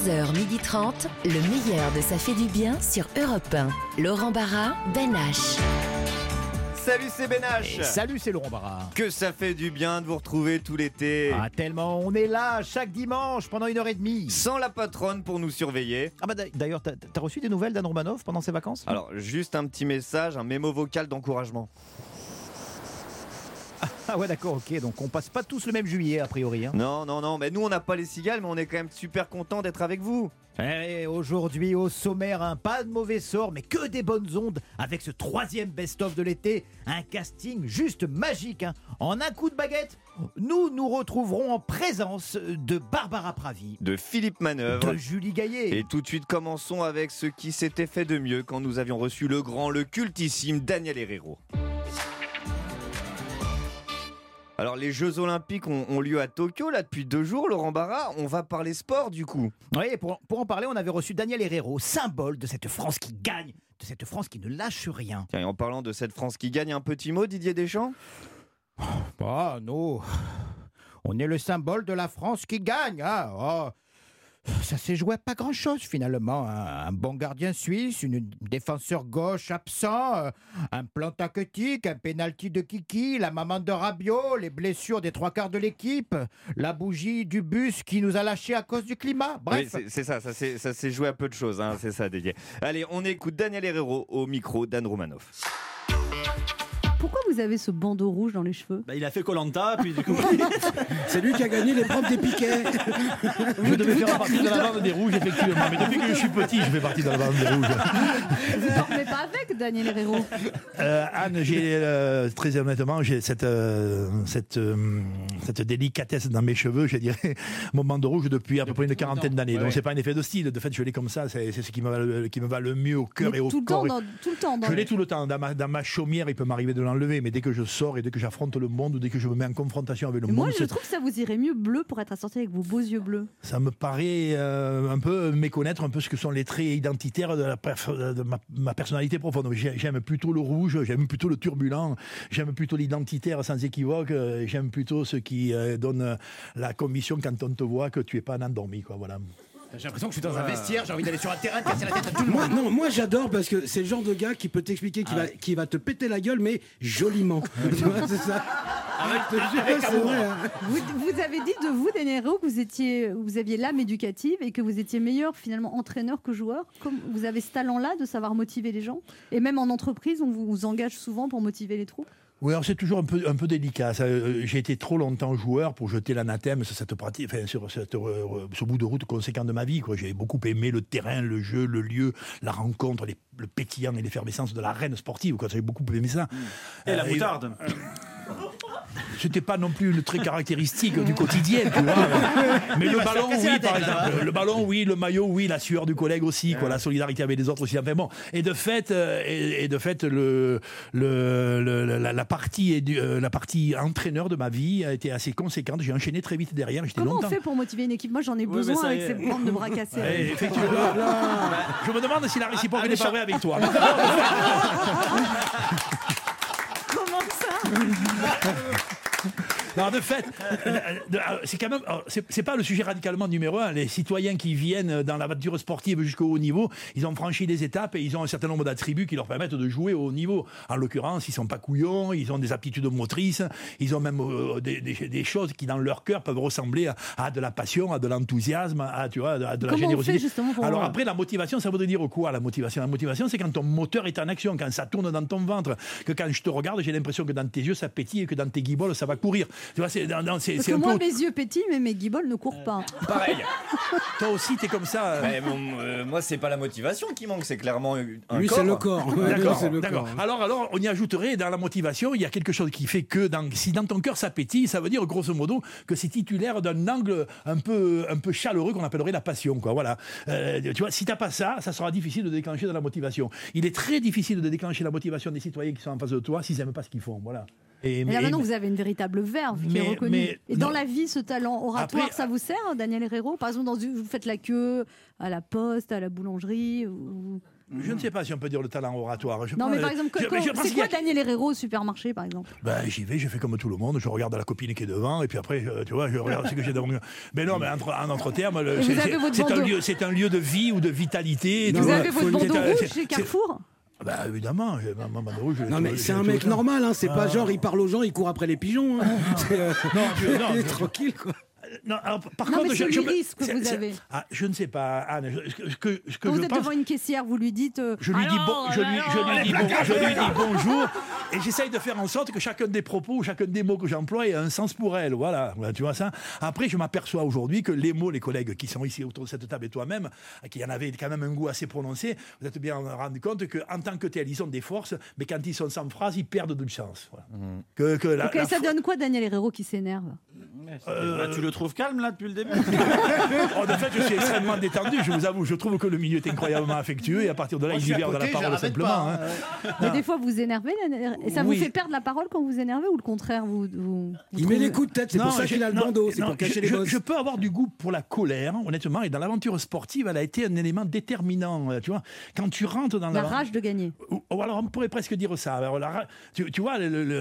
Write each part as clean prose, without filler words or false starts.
11h30, le meilleur de Ça fait du bien sur Europe 1. Laurent Barra, Ben H. Salut, c'est Ben H. Et salut, c'est Laurent Barra. Que ça fait du bien de vous retrouver tout l'été. Ah, tellement, on est là chaque dimanche pendant 1h30. Sans la patronne pour nous surveiller. Ah bah d'ailleurs, t'as reçu des nouvelles d'Anne Romanoff pendant ses vacances ? Alors, juste un petit message, un mémo vocal d'encouragement. Ah ouais, d'accord, ok, donc on passe pas tous le même juillet a priori. Hein. Non, mais nous on n'a pas les cigales, mais on est quand même super contents d'être avec vous. Et aujourd'hui au sommaire, pas de mauvais sort, mais que des bonnes ondes avec ce 3e best-of de l'été. Un casting juste magique. Hein. En un coup de baguette, nous retrouverons en présence de Barbara Pravi, de Philippe Manœuvre, de Julie Gaillet. Et tout de suite commençons avec ce qui s'était fait de mieux quand nous avions reçu le grand, le cultissime Daniel Herrero. Alors les Jeux Olympiques ont lieu à Tokyo là depuis 2 jours, Laurent Barra, on va parler sport du coup. Oui, pour en parler, on avait reçu Daniel Herrero, symbole de cette France qui gagne, de cette France qui ne lâche rien. Tiens, et en parlant de cette France qui gagne, un petit mot, Didier Deschamps ? Ah non, on est le symbole de la France qui gagne. Hein. Oh. Ça s'est joué à pas grand-chose finalement. Un bon gardien suisse, une défenseur gauche absent, un plan tactique, un pénalty de Kiki, la maman de Rabiot, les blessures des 3/4 de l'équipe, la bougie du bus qui nous a lâchés à cause du climat. Bref. Oui, c'est ça s'est joué à peu de choses, hein, c'est ça Didier. Allez, on écoute Daniel Herrero au micro d'Anne Romanoff. Pourquoi vous avez ce bandeau rouge dans les cheveux ? Il a fait Koh-Lanta, puis du coup... C'est lui qui a gagné l'épreuve des piquets. Je devais faire partie de la bande des rouges, effectivement. Mais depuis que je suis petit, je fais partie de la bande des rouges. Vous ne dormez pas avec Daniel Herrero ? Anne, très honnêtement, j'ai cette délicatesse dans mes cheveux, je dirais, mon bandeau rouge depuis à peu près une quarantaine d'années. Donc c'est pas un effet de style. De fait, je l'ai comme ça. C'est ce qui me va le mieux au cœur et au corps. Tout le temps. Je l'ai tout le temps. Dans ma chaumière, il peut m'arriver de l'enlever, mais dès que je sors et dès que j'affronte le monde ou dès que je me mets en confrontation avec le monde... Moi, je trouve que ça vous irait mieux bleu pour être assorti avec vos beaux yeux bleus. Ça me paraît un peu méconnaître un peu ce que sont les traits identitaires de ma personnalité profonde. J'aime plutôt le rouge, j'aime plutôt le turbulent, j'aime plutôt l'identitaire sans équivoque, j'aime plutôt ce qui donne la conviction quand on te voit que tu n'es pas un endormi, quoi, voilà. J'ai l'impression que je suis dans un vestiaire, j'ai envie d'aller sur un terrain, de casser la tête à tout le monde. Moi j'adore parce que c'est le genre de gars qui peut t'expliquer qui va te péter la gueule, mais joliment. Tu vois, c'est ça. C'est vrai. Hein. Vous avez dit de vous, Daniel Herrero, que vous aviez l'âme éducative et que vous étiez meilleur finalement entraîneur que joueur. Comme vous avez ce talent-là de savoir motiver les gens. Et même en entreprise, on vous engage souvent pour motiver les troupes. Oui, alors c'est toujours un peu délicat. J'ai été trop longtemps joueur pour jeter l'anathème sur cette pratique, sur ce bout de route conséquent de ma vie, quoi. J'ai beaucoup aimé le terrain, le jeu, le lieu, la rencontre, le pétillant et l'effervescence de l'arène sportive, quoi. J'ai beaucoup aimé ça. Et la moutarde. C'était pas non plus une très caractéristique du quotidien, tu vois. Mais le ballon, oui, par exemple. Le ballon, oui, le maillot, oui, la sueur du collègue aussi, quoi, la solidarité avec les autres aussi. Enfin bon. Et de fait, la partie entraîneur de ma vie a été assez conséquente. J'ai enchaîné très vite derrière. Comment on fait pour motiver une équipe ? Moi, j'en ai besoin avec ces bandes de bras cassés. Effectivement. Je me demande si la réciproque n'est pas vraie avec toi. Comment ça ? Non, de fait, c'est quand même, c'est pas le sujet radicalement numéro 1. Les citoyens qui viennent dans la voiture sportive jusqu'au haut niveau, ils ont franchi des étapes et ils ont un certain nombre d'attributs qui leur permettent de jouer au haut niveau. En l'occurrence, ils sont pas couillons, ils ont des aptitudes motrices, ils ont même des choses qui dans leur cœur peuvent ressembler à de la passion, à de l'enthousiasme, à de la générosité. Alors après, la motivation, ça voudrait dire quoi, la motivation ? La motivation, c'est quand ton moteur est en action, quand ça tourne dans ton ventre, que quand je te regarde, j'ai l'impression que dans tes yeux ça pétille et que dans tes guiboles ça va courir. Tu vois, parce que moi, mes yeux pétillent, mais mes guiboles ne courent pas. Pareil. Toi aussi, t'es comme ça. Moi, c'est pas la motivation qui manque, c'est clairement un Lui, corps. c'est le corps. D'accord. Alors, on y ajouterait, dans la motivation, il y a quelque chose qui fait que si dans ton cœur ça pétille, ça veut dire, grosso modo, que c'est titulaire d'un angle un peu chaleureux qu'on appellerait la passion, quoi. Voilà. Tu vois, si t'as pas ça, ça sera difficile de déclencher de la motivation. Il est très difficile de déclencher la motivation des citoyens qui sont en face de toi s'ils n'aiment pas ce qu'ils font. Voilà. Et là maintenant, vous avez une véritable verve qui est reconnue. Et dans la vie, ce talent oratoire, après, ça vous sert, Daniel Herrero ? Par exemple, vous faites la queue à la poste, à la boulangerie ou... Je ne sais pas si on peut dire le talent oratoire. Non, mais par exemple, c'est quoi Daniel Herrero au supermarché, par exemple? J'y vais, je fais comme tout le monde, je regarde la copine qui est devant, et puis après, tu vois, je regarde ce que j'ai devant. Mais non, mais en entre termes, c'est un lieu de vie ou de vitalité. Vous avez votre bandeau rouge chez Carrefour? Évidemment, non mais c'est un mec normal, hein, c'est pas genre il parle aux gens, il court après les pigeons. Hein. Il est tranquille quoi. Non, alors, par non, contre, mais c'est le risque que vous avez. Je ne sais pas, Anne. Quand vous êtes devant une caissière, vous lui dites. Je lui dis bonjour, et j'essaye de faire en sorte que chacun des propos, chacun des mots que j'emploie ait un sens pour elle. Voilà, tu vois ça. Après, je m'aperçois aujourd'hui que les mots, les collègues qui sont ici autour de cette table et toi-même, qui en avaient quand même un goût assez prononcé, vous êtes bien rendu compte qu'en tant que tel, ils ont des forces, mais quand ils sont sans phrase, ils perdent du sens. Voilà. Ça donne quoi, Daniel Herrero qui s'énerve? Tu le trouves calme là depuis le début? De fait, je suis extrêmement détendu, je vous avoue. Je trouve que le milieu est incroyablement affectueux et à partir de là, il libère de la parole simplement. Mais des fois, vous vous énervez et ça vous fait perdre la parole quand vous vous énervez ou le contraire Il met les coups de tête, c'est pour ça qu'il a le bandeau, c'est pour cacher les bosses. Je peux avoir du goût pour la colère, honnêtement, et dans l'aventure sportive, elle a été un élément déterminant. Tu vois, quand tu rentres dans la rage de gagner. Ou alors, on pourrait presque dire ça. Alors, tu vois,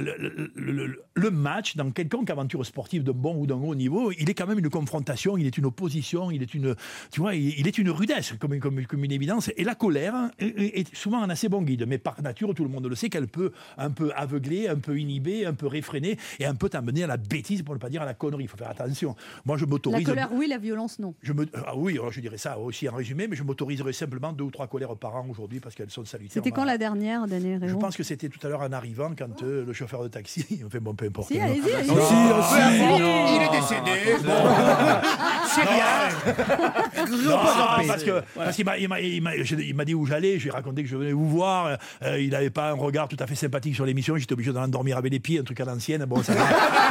le match dans quelconque aventure sportive de bon ou d'un haut niveau, il est quand même une confrontation, il est une opposition, il est une rudesse comme une évidence. Et la colère est souvent un assez bon guide, mais par nature, tout le monde le sait qu'elle peut un peu aveugler, un peu inhiber, un peu réfréner et un peu t'amener à la bêtise, pour ne pas dire à la connerie. Il faut faire attention. Moi, je m'autorise. La colère, oui, la violence, non. Oui, alors je dirais ça aussi en résumé, mais je m'autoriserai simplement 2 ou 3 colères par an aujourd'hui parce qu'elles sont salutaires. C'était quand la dernière, Daniel Herero? Je pense que c'était tout à l'heure en arrivant, quand le chauffeur de taxi, enfin bon, peu importe. Si, allez-y. Il est décédé. C'est rien. Parce qu'il m'a dit où j'allais, je lui ai raconté que je venais vous voir. Il n'avait pas un regard tout à fait sympathique sur l'émission. J'étais obligé d'en dormir avec les pieds, un truc à l'ancienne. Bon, ça va.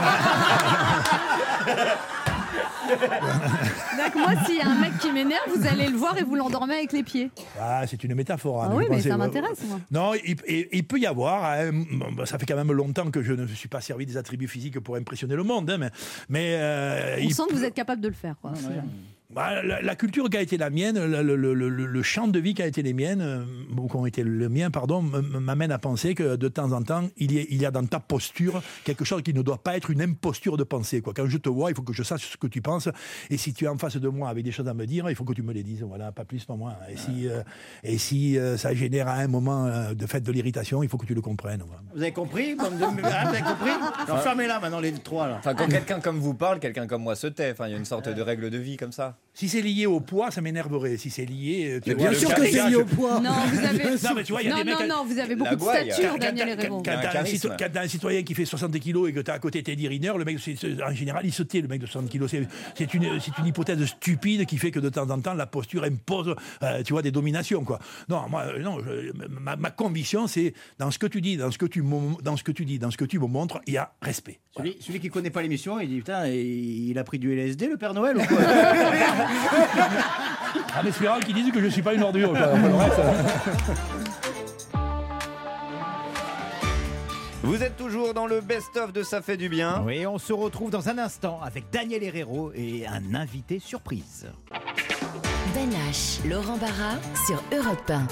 Donc moi, s'il y a un mec qui m'énerve, vous allez le voir et vous l'endormez avec les pieds. C'est une métaphore. Hein, oui, mais ça m'intéresse, moi. Non, il peut y avoir. Ça fait quand même longtemps que je ne me suis pas servi des attributs physiques pour impressionner le monde. Hein, on sent que vous êtes capable de le faire. Quoi. La culture qui a été la mienne, le champ de vie qui a été les miennes, ou qui ont été le mien, pardon, m'amène à penser que de temps en temps, il y a dans ta posture quelque chose qui ne doit pas être une imposture de pensée. Quoi. Quand je te vois, il faut que je sache ce que tu penses. Et si tu es en face de moi avec des choses à me dire, il faut que tu me les dises. Voilà, pas plus, pas moins. Et si ça génère à un moment de l'irritation, il faut que tu le comprennes. Voilà. Vous avez compris? Vous avez compris? Fermez-la maintenant, les 3 là. Enfin, quand quelqu'un comme vous parle, quelqu'un comme moi se tait. Enfin, il y a une sorte de règle de vie comme ça. Si c'est lié au poids, ça m'énerverait. Si c'est lié, bien sûr que c'est lié au poids. Non, vous avez. Non, mais tu vois, il y a des mecs. Non, vous avez beaucoup de stature, Daniel Herero. Quand t'as un citoyen qui fait 60 kilos et que t'as à côté Teddy Riner, le mec, en général, il se tait, le mec de 60 kilos. C'est une hypothèse stupide qui fait que de temps en temps, la posture impose, tu vois, des dominations, quoi. Non, moi, non. Ma conviction, c'est dans ce que tu dis, dans ce que tu me montres, il y a respect. Celui qui connaît pas l'émission, il dit putain, il a pris du LSD, le Père Noël ou quoi? En espérant qu'ils disent que je suis pas une ordure. Vous êtes toujours dans le best-of de Ça fait du bien. Oui, on se retrouve dans un instant avec Daniel Herero et un invité surprise. Ben H, Laurent Barra sur Europe 1.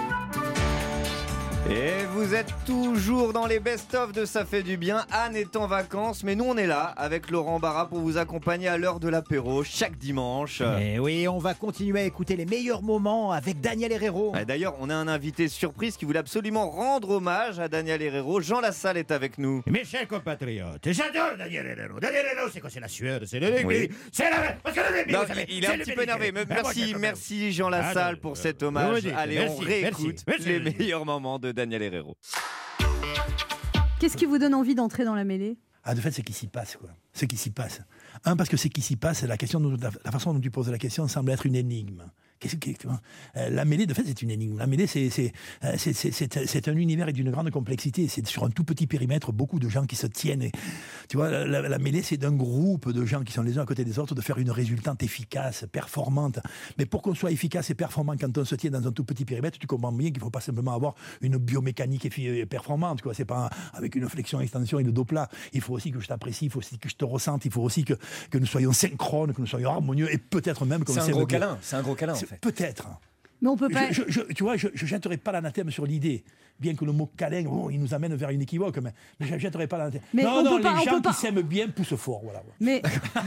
Et vous êtes toujours dans les best-of de Ça fait du bien. Anne est en vacances, mais nous on est là avec Laurent Barra pour vous accompagner à l'heure de l'apéro chaque dimanche. Et oui, on va continuer à écouter les meilleurs moments avec Daniel Herero. D'ailleurs, on a un invité surprise qui voulait absolument rendre hommage à Daniel Herero. Jean Lassalle est avec nous. Mes chers compatriotes, j'adore Daniel Herero. Daniel Herero, c'est quoi? C'est la sueur, c'est le début. C'est la... Parce que le début, vous savez, il est un petit peu énervé. Mais merci Jean Lassalle pour cet hommage. Allez, on réécoute les meilleurs moments de Daniel Herero. Qu'est-ce qui vous donne envie d'entrer dans la mêlée? De fait, c'est qui s'y passe, quoi. Ce qui s'y passe. Parce que ce qui s'y passe, la façon dont tu poses la question semble être une énigme. La mêlée, de fait, c'est une énigme. La mêlée, c'est un univers et d'une grande complexité. C'est sur un tout petit périmètre, beaucoup de gens qui se tiennent. Et, tu vois, la mêlée, c'est d'un groupe de gens qui sont les uns à côté des autres de faire une résultante efficace, performante. Mais pour qu'on soit efficace et performant quand on se tient dans un tout petit périmètre, tu comprends bien qu'il ne faut pas simplement avoir une biomécanique performante. C'est pas avec une flexion-extension et le dos plat. Il faut aussi que je t'apprécie, il faut aussi que je te ressente, il faut aussi que nous soyons synchrones, que nous soyons harmonieux et peut-être même... C'est un gros câlin, en fait. Peut-être. Mais on peut pas. Tu vois, je ne jetterai pas l'anathème sur l'idée. Bien que le mot câlin, il nous amène vers une équivoque, mais je ne jetterai pas l'anathème. Non, les gens qui s'aiment bien poussent fort. Voilà. Mais.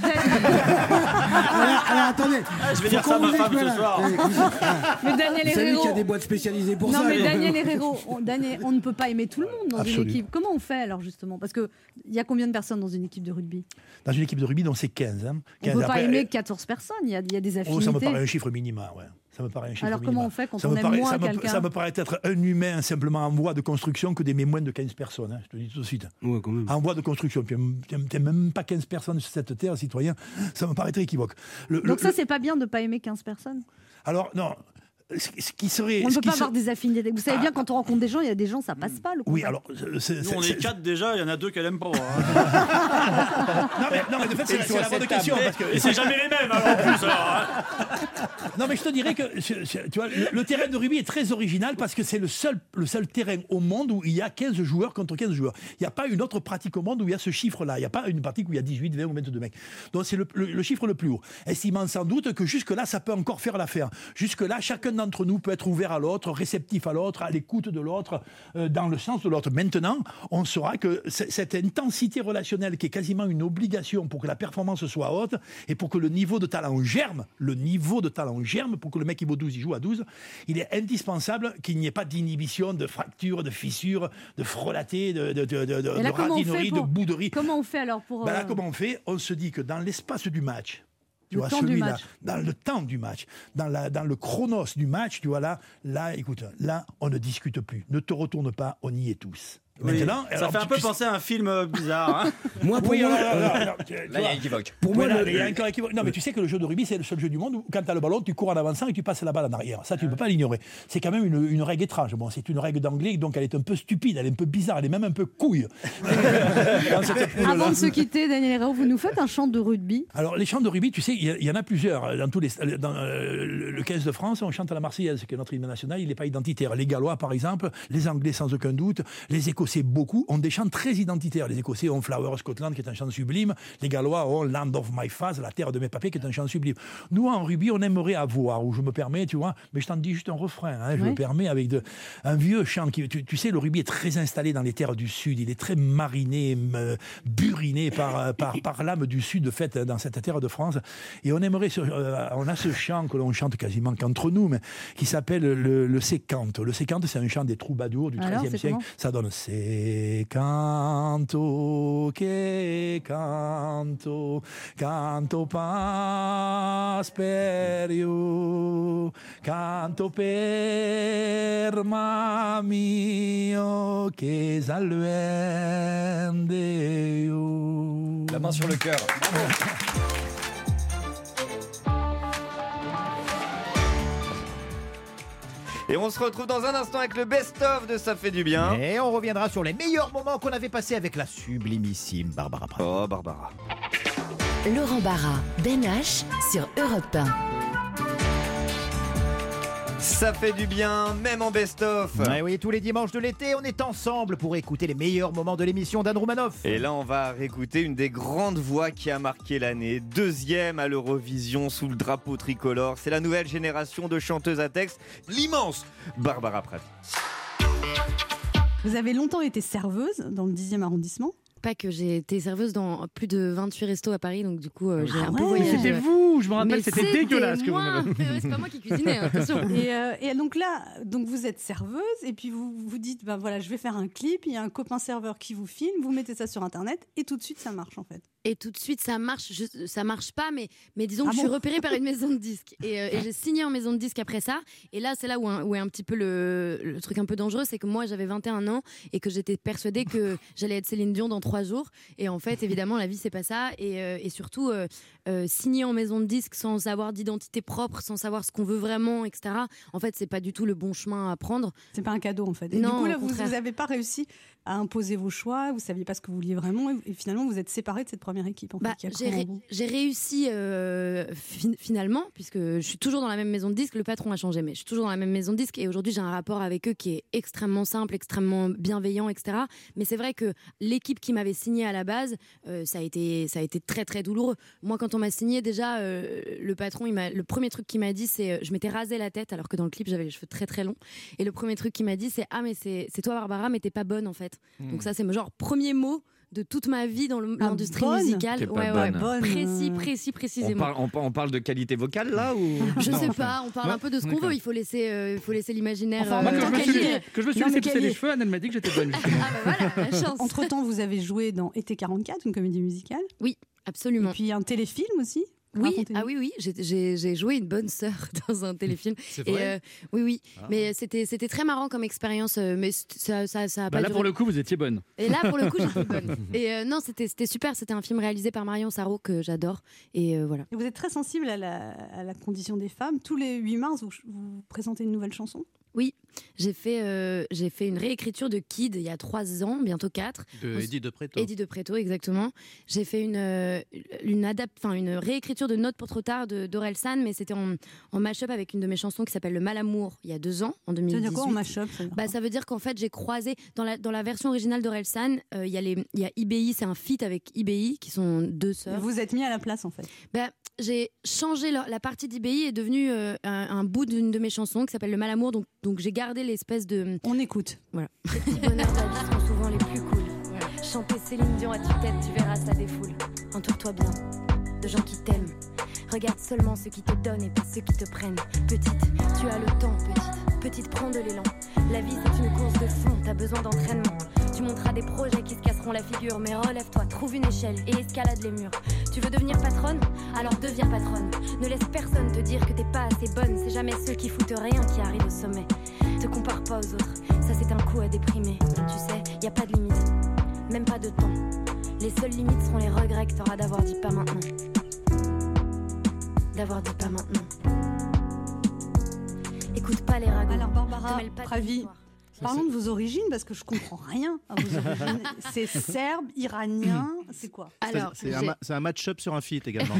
Alors, attendez. Je vais dire ça à ma femme ce soir. Mais Daniel C'est lui Herrero. qui a des boîtes spécialisées pour ça. Non, mais Daniel Herrero, on ne peut pas aimer tout le monde dans Absolument. une équipe. Comment on fait alors, justement? Parce qu'il y a combien de personnes dans une équipe de rugby? Dans une équipe de rugby, donc c'est 15. On ne peut pas aimer 14 personnes, il y a des affinités. Ça me paraît un chiffre minimum, ouais. Ça me paraît un chiffre Alors minimum. comment on fait quand on aime moins quelqu'un? Ça me paraît être un humain simplement en voie de construction que d'aimer moins de 15 personnes, hein, je te dis tout de suite. Ouais, quand même. En voie de construction. Tu n'aimes même pas 15 personnes sur cette terre, citoyen, ça me paraît très équivoque. Donc ça, c'est pas bien de ne pas aimer 15 personnes? Alors, non. Ce qui serait, on ne peut pas avoir des affinités. Vous savez bien, quand on rencontre des gens, il y a des gens, ça passe pas. Oui, alors. Nous, on est 4 déjà, il y en a 2 qu'elle aime pas. Non, mais de fait, c'est la bonne question. Et c'est jamais les mêmes, alors, en plus. Non, mais je te dirais que tu vois, le terrain de rugby est très original parce que c'est le seul terrain au monde où il y a 15 joueurs contre 15 joueurs. Il n'y a pas une autre pratique au monde où il y a ce chiffre-là. Il n'y a pas une pratique où il y a 18, 20 ou 22 mecs. Donc, c'est le chiffre le plus haut. Estimant sans doute que jusque-là, ça peut encore faire l'affaire. Jusque-là, chacun d'entre nous peut être ouvert à l'autre, réceptif à l'autre, à l'écoute de l'autre, dans le sens de l'autre. Maintenant, on saura que cette intensité relationnelle qui est quasiment une obligation pour que la performance soit haute et pour que le niveau de talent germe, pour que le mec qui vaut 12, il joue à 12, il est indispensable qu'il n'y ait pas d'inhibition, de fracture, de fissure, de frelaté, de radinerie, de bouderie. Comment on fait alors pour... Là, comment on fait? On se dit que dans l'espace du match, tu vois, celui-là, dans le temps du match, dans le chronos du match, tu vois, là, écoute, là, on ne discute plus. Ne te retourne pas, on y est tous. Oui, maintenant, ça fait un peu penser à un film bizarre. Hein. Moi, pour moi, Là, il y a un équivoque. pour moi, il y a encore équivoque. Non, mais tu sais que le jeu de rugby, c'est le seul jeu du monde où, quand tu as le ballon, tu cours en avançant et tu passes la balle en arrière. Ça, tu ne peux pas l'ignorer. C'est quand même une règle étrange. Bon, c'est une règle d'anglais, donc elle est un peu stupide, elle est un peu bizarre, elle est même un peu couille. Avant de se quitter, Daniel Herero, vous nous faites un chant de rugby? Alors, les chants de rugby, tu sais, il y en a plusieurs. Dans le 15 de France, on chante à la Marseillaise, qui est notre hymne national, il n'est pas identitaire. Les Gallois, par exemple, les Anglais, sans aucun doute, les Écossais, beaucoup, ont des chants très identitaires. Les Écossais ont Flower Scotland, qui est un chant sublime. Les Gallois ont Land of My Fathers, la terre de mes papiers, qui est un chant sublime. Nous, en rugby, on aimerait avoir, où je me permets, tu vois, mais je t'en dis juste un refrain, hein, je me permets, avec un vieux chant. Tu sais, le rugby est très installé dans les terres du Sud. Il est très mariné, buriné par l'âme du Sud, de fait, dans cette terre de France. Et on aimerait, on a ce chant que l'on chante quasiment qu'entre nous, mais qui s'appelle le sécante. Le sécante, c'est un chant des troubadours du XIIIe siècle. Comment Ça donne sécante. Canto che canto, canto pasperio, canto per mio che salvende io. La main sur le cœur. Et on se retrouve dans un instant avec le best-of de Ça fait du bien. Et on reviendra sur les meilleurs moments qu'on avait passés avec la sublimissime Barbara Pravi. Oh, Barbara. Laurent Barra, Ben H sur Europe 1. Ça fait du bien, même en best-of. Ouais, oui, tous les dimanches de l'été, on est ensemble pour écouter les meilleurs moments de l'émission d'Anne Roumanoff. Et là, on va réécouter une des grandes voix qui a marqué l'année. 2e à l'Eurovision sous le drapeau tricolore. C'est la nouvelle génération de chanteuses à texte, l'immense Barbara Pravi. Vous avez longtemps été serveuse dans le 10e arrondissement. Pas que j'ai été serveuse dans plus de 28 restos à Paris, donc du coup j'ai un peu ouais. voyagé. C'était vous, je me rappelle, Mais c'était dégueulasse. Que vous moi. m'avez- C'est pas moi qui cuisinais, attention. Et donc là, donc vous êtes serveuse et puis vous vous dites, ben voilà, je vais faire un clip, il y a un copain serveur qui vous filme, vous mettez ça sur Internet et tout de suite ça marche en fait. Et tout de suite ça marche, ça marche pas, mais disons que Ah je bon suis repérée par une maison de disques et j'ai signé en maison de disques après ça. Et là c'est là où est un petit peu le truc un peu dangereux, c'est que moi j'avais 21 ans et que j'étais persuadée que j'allais être Céline Dion dans 3 jours. Et en fait évidemment la vie c'est pas ça et surtout signer en maison de disques sans avoir d'identité propre, sans savoir ce qu'on veut vraiment, etc. En fait c'est pas du tout le bon chemin à prendre. C'est pas un cadeau en fait. Et Non, du coup là au vous contraire. n'avez pas réussi à imposer vos choix, vous saviez pas ce que vous vouliez vraiment et finalement vous êtes séparés de cette première équipe en fait, qui a cru en vous. J'ai réussi finalement, puisque je suis toujours dans la même maison de disques. Le patron a changé, mais je suis toujours dans la même maison de disques. Et aujourd'hui, j'ai un rapport avec eux qui est extrêmement simple, extrêmement bienveillant, etc. Mais c'est vrai que l'équipe qui m'avait signé à la base, ça a été très très douloureux. Moi, quand on m'a signé, déjà, le patron, le premier truc qu'il m'a dit, c'est, je m'étais rasé la tête, alors que dans le clip, j'avais les cheveux très très longs. Et le premier truc qu'il m'a dit, c'est mais c'est toi Barbara, mais t'es pas bonne en fait. Donc ça, c'est mon genre premier mot de toute ma vie dans l'industrie musicale. Précisément. On parle de qualité vocale là ou je sais pas, on parle un peu de ce qu'on veut. Il faut laisser l'imaginaire. Moi, que je me suis laissé pousser les cheveux, Anne m'a dit que j'étais bonne. Voilà, la chance. Entre-temps, vous avez joué dans Été 44, une comédie musicale. Oui, absolument. Et puis un téléfilm aussi. Oui, j'ai joué une bonne sœur dans un téléfilm. C'est vrai. Oui. Mais c'était très marrant comme expérience, mais ça a pas là duré. pour le coup, vous étiez bonne. Et là pour le coup, j'étais bonne. Et non, c'était super. C'était un film réalisé par Marion Sarraud que j'adore. Et voilà. Et vous êtes très sensible à la condition des femmes. Tous les 8 mars, vous présentez une nouvelle chanson. Oui, j'ai fait une réécriture de Kid il y a 3 ans, bientôt 4. De Eddie de Pretto. Eddie de Pretto, exactement. J'ai fait une réécriture de Note pour trop tard d'Orelsan, mais c'était en mash-up avec une de mes chansons qui s'appelle Le Malamour, il y a 2 ans, en 2018. Ça veut dire quoi en mash-up? Ça veut dire qu'en fait, j'ai croisé, dans la version originale d'Orelsan, il y a IBI, c'est un feat avec IBI, qui sont 2 sœurs. Vous êtes mis à la place, en fait. J'ai changé la partie d'IBI est devenue un bout d'une de mes chansons qui s'appelle Le Malamour, donc j'ai gardé l'espèce de... On écoute. Voilà. Les petits bonheurs de la vie sont souvent les plus cool. Chanter Céline Dion à tue-tête, tu verras, ça défoule. Entoure-toi bien de gens qui t'aiment. Regarde seulement ceux qui te donnent et pas ceux qui te prennent. Petite, tu as le temps, petite, prends de l'élan. La vie c'est une course de fond, t'as besoin d'entraînement. Tu monteras des projets qui se casseront la figure, mais relève-toi, trouve une échelle et escalade les murs. Tu veux devenir patronne? Alors deviens patronne. Ne laisse personne te dire que t'es pas assez bonne. C'est jamais ceux qui foutent rien qui arrivent au sommet. Te compare pas aux autres, ça c'est un coup à déprimer. Tu sais, y a pas de limite, même pas de temps. Les seules limites seront les regrets que t'auras d'avoir dit pas maintenant. Écoute pas les ragots. Alors Barbara te mêle pas de Pravi, l'histoire. parlons de vos origines parce que je comprends rien à vos origines. C'est serbe, iranien, c'est quoi? Alors, C'est un match-up sur un feat également.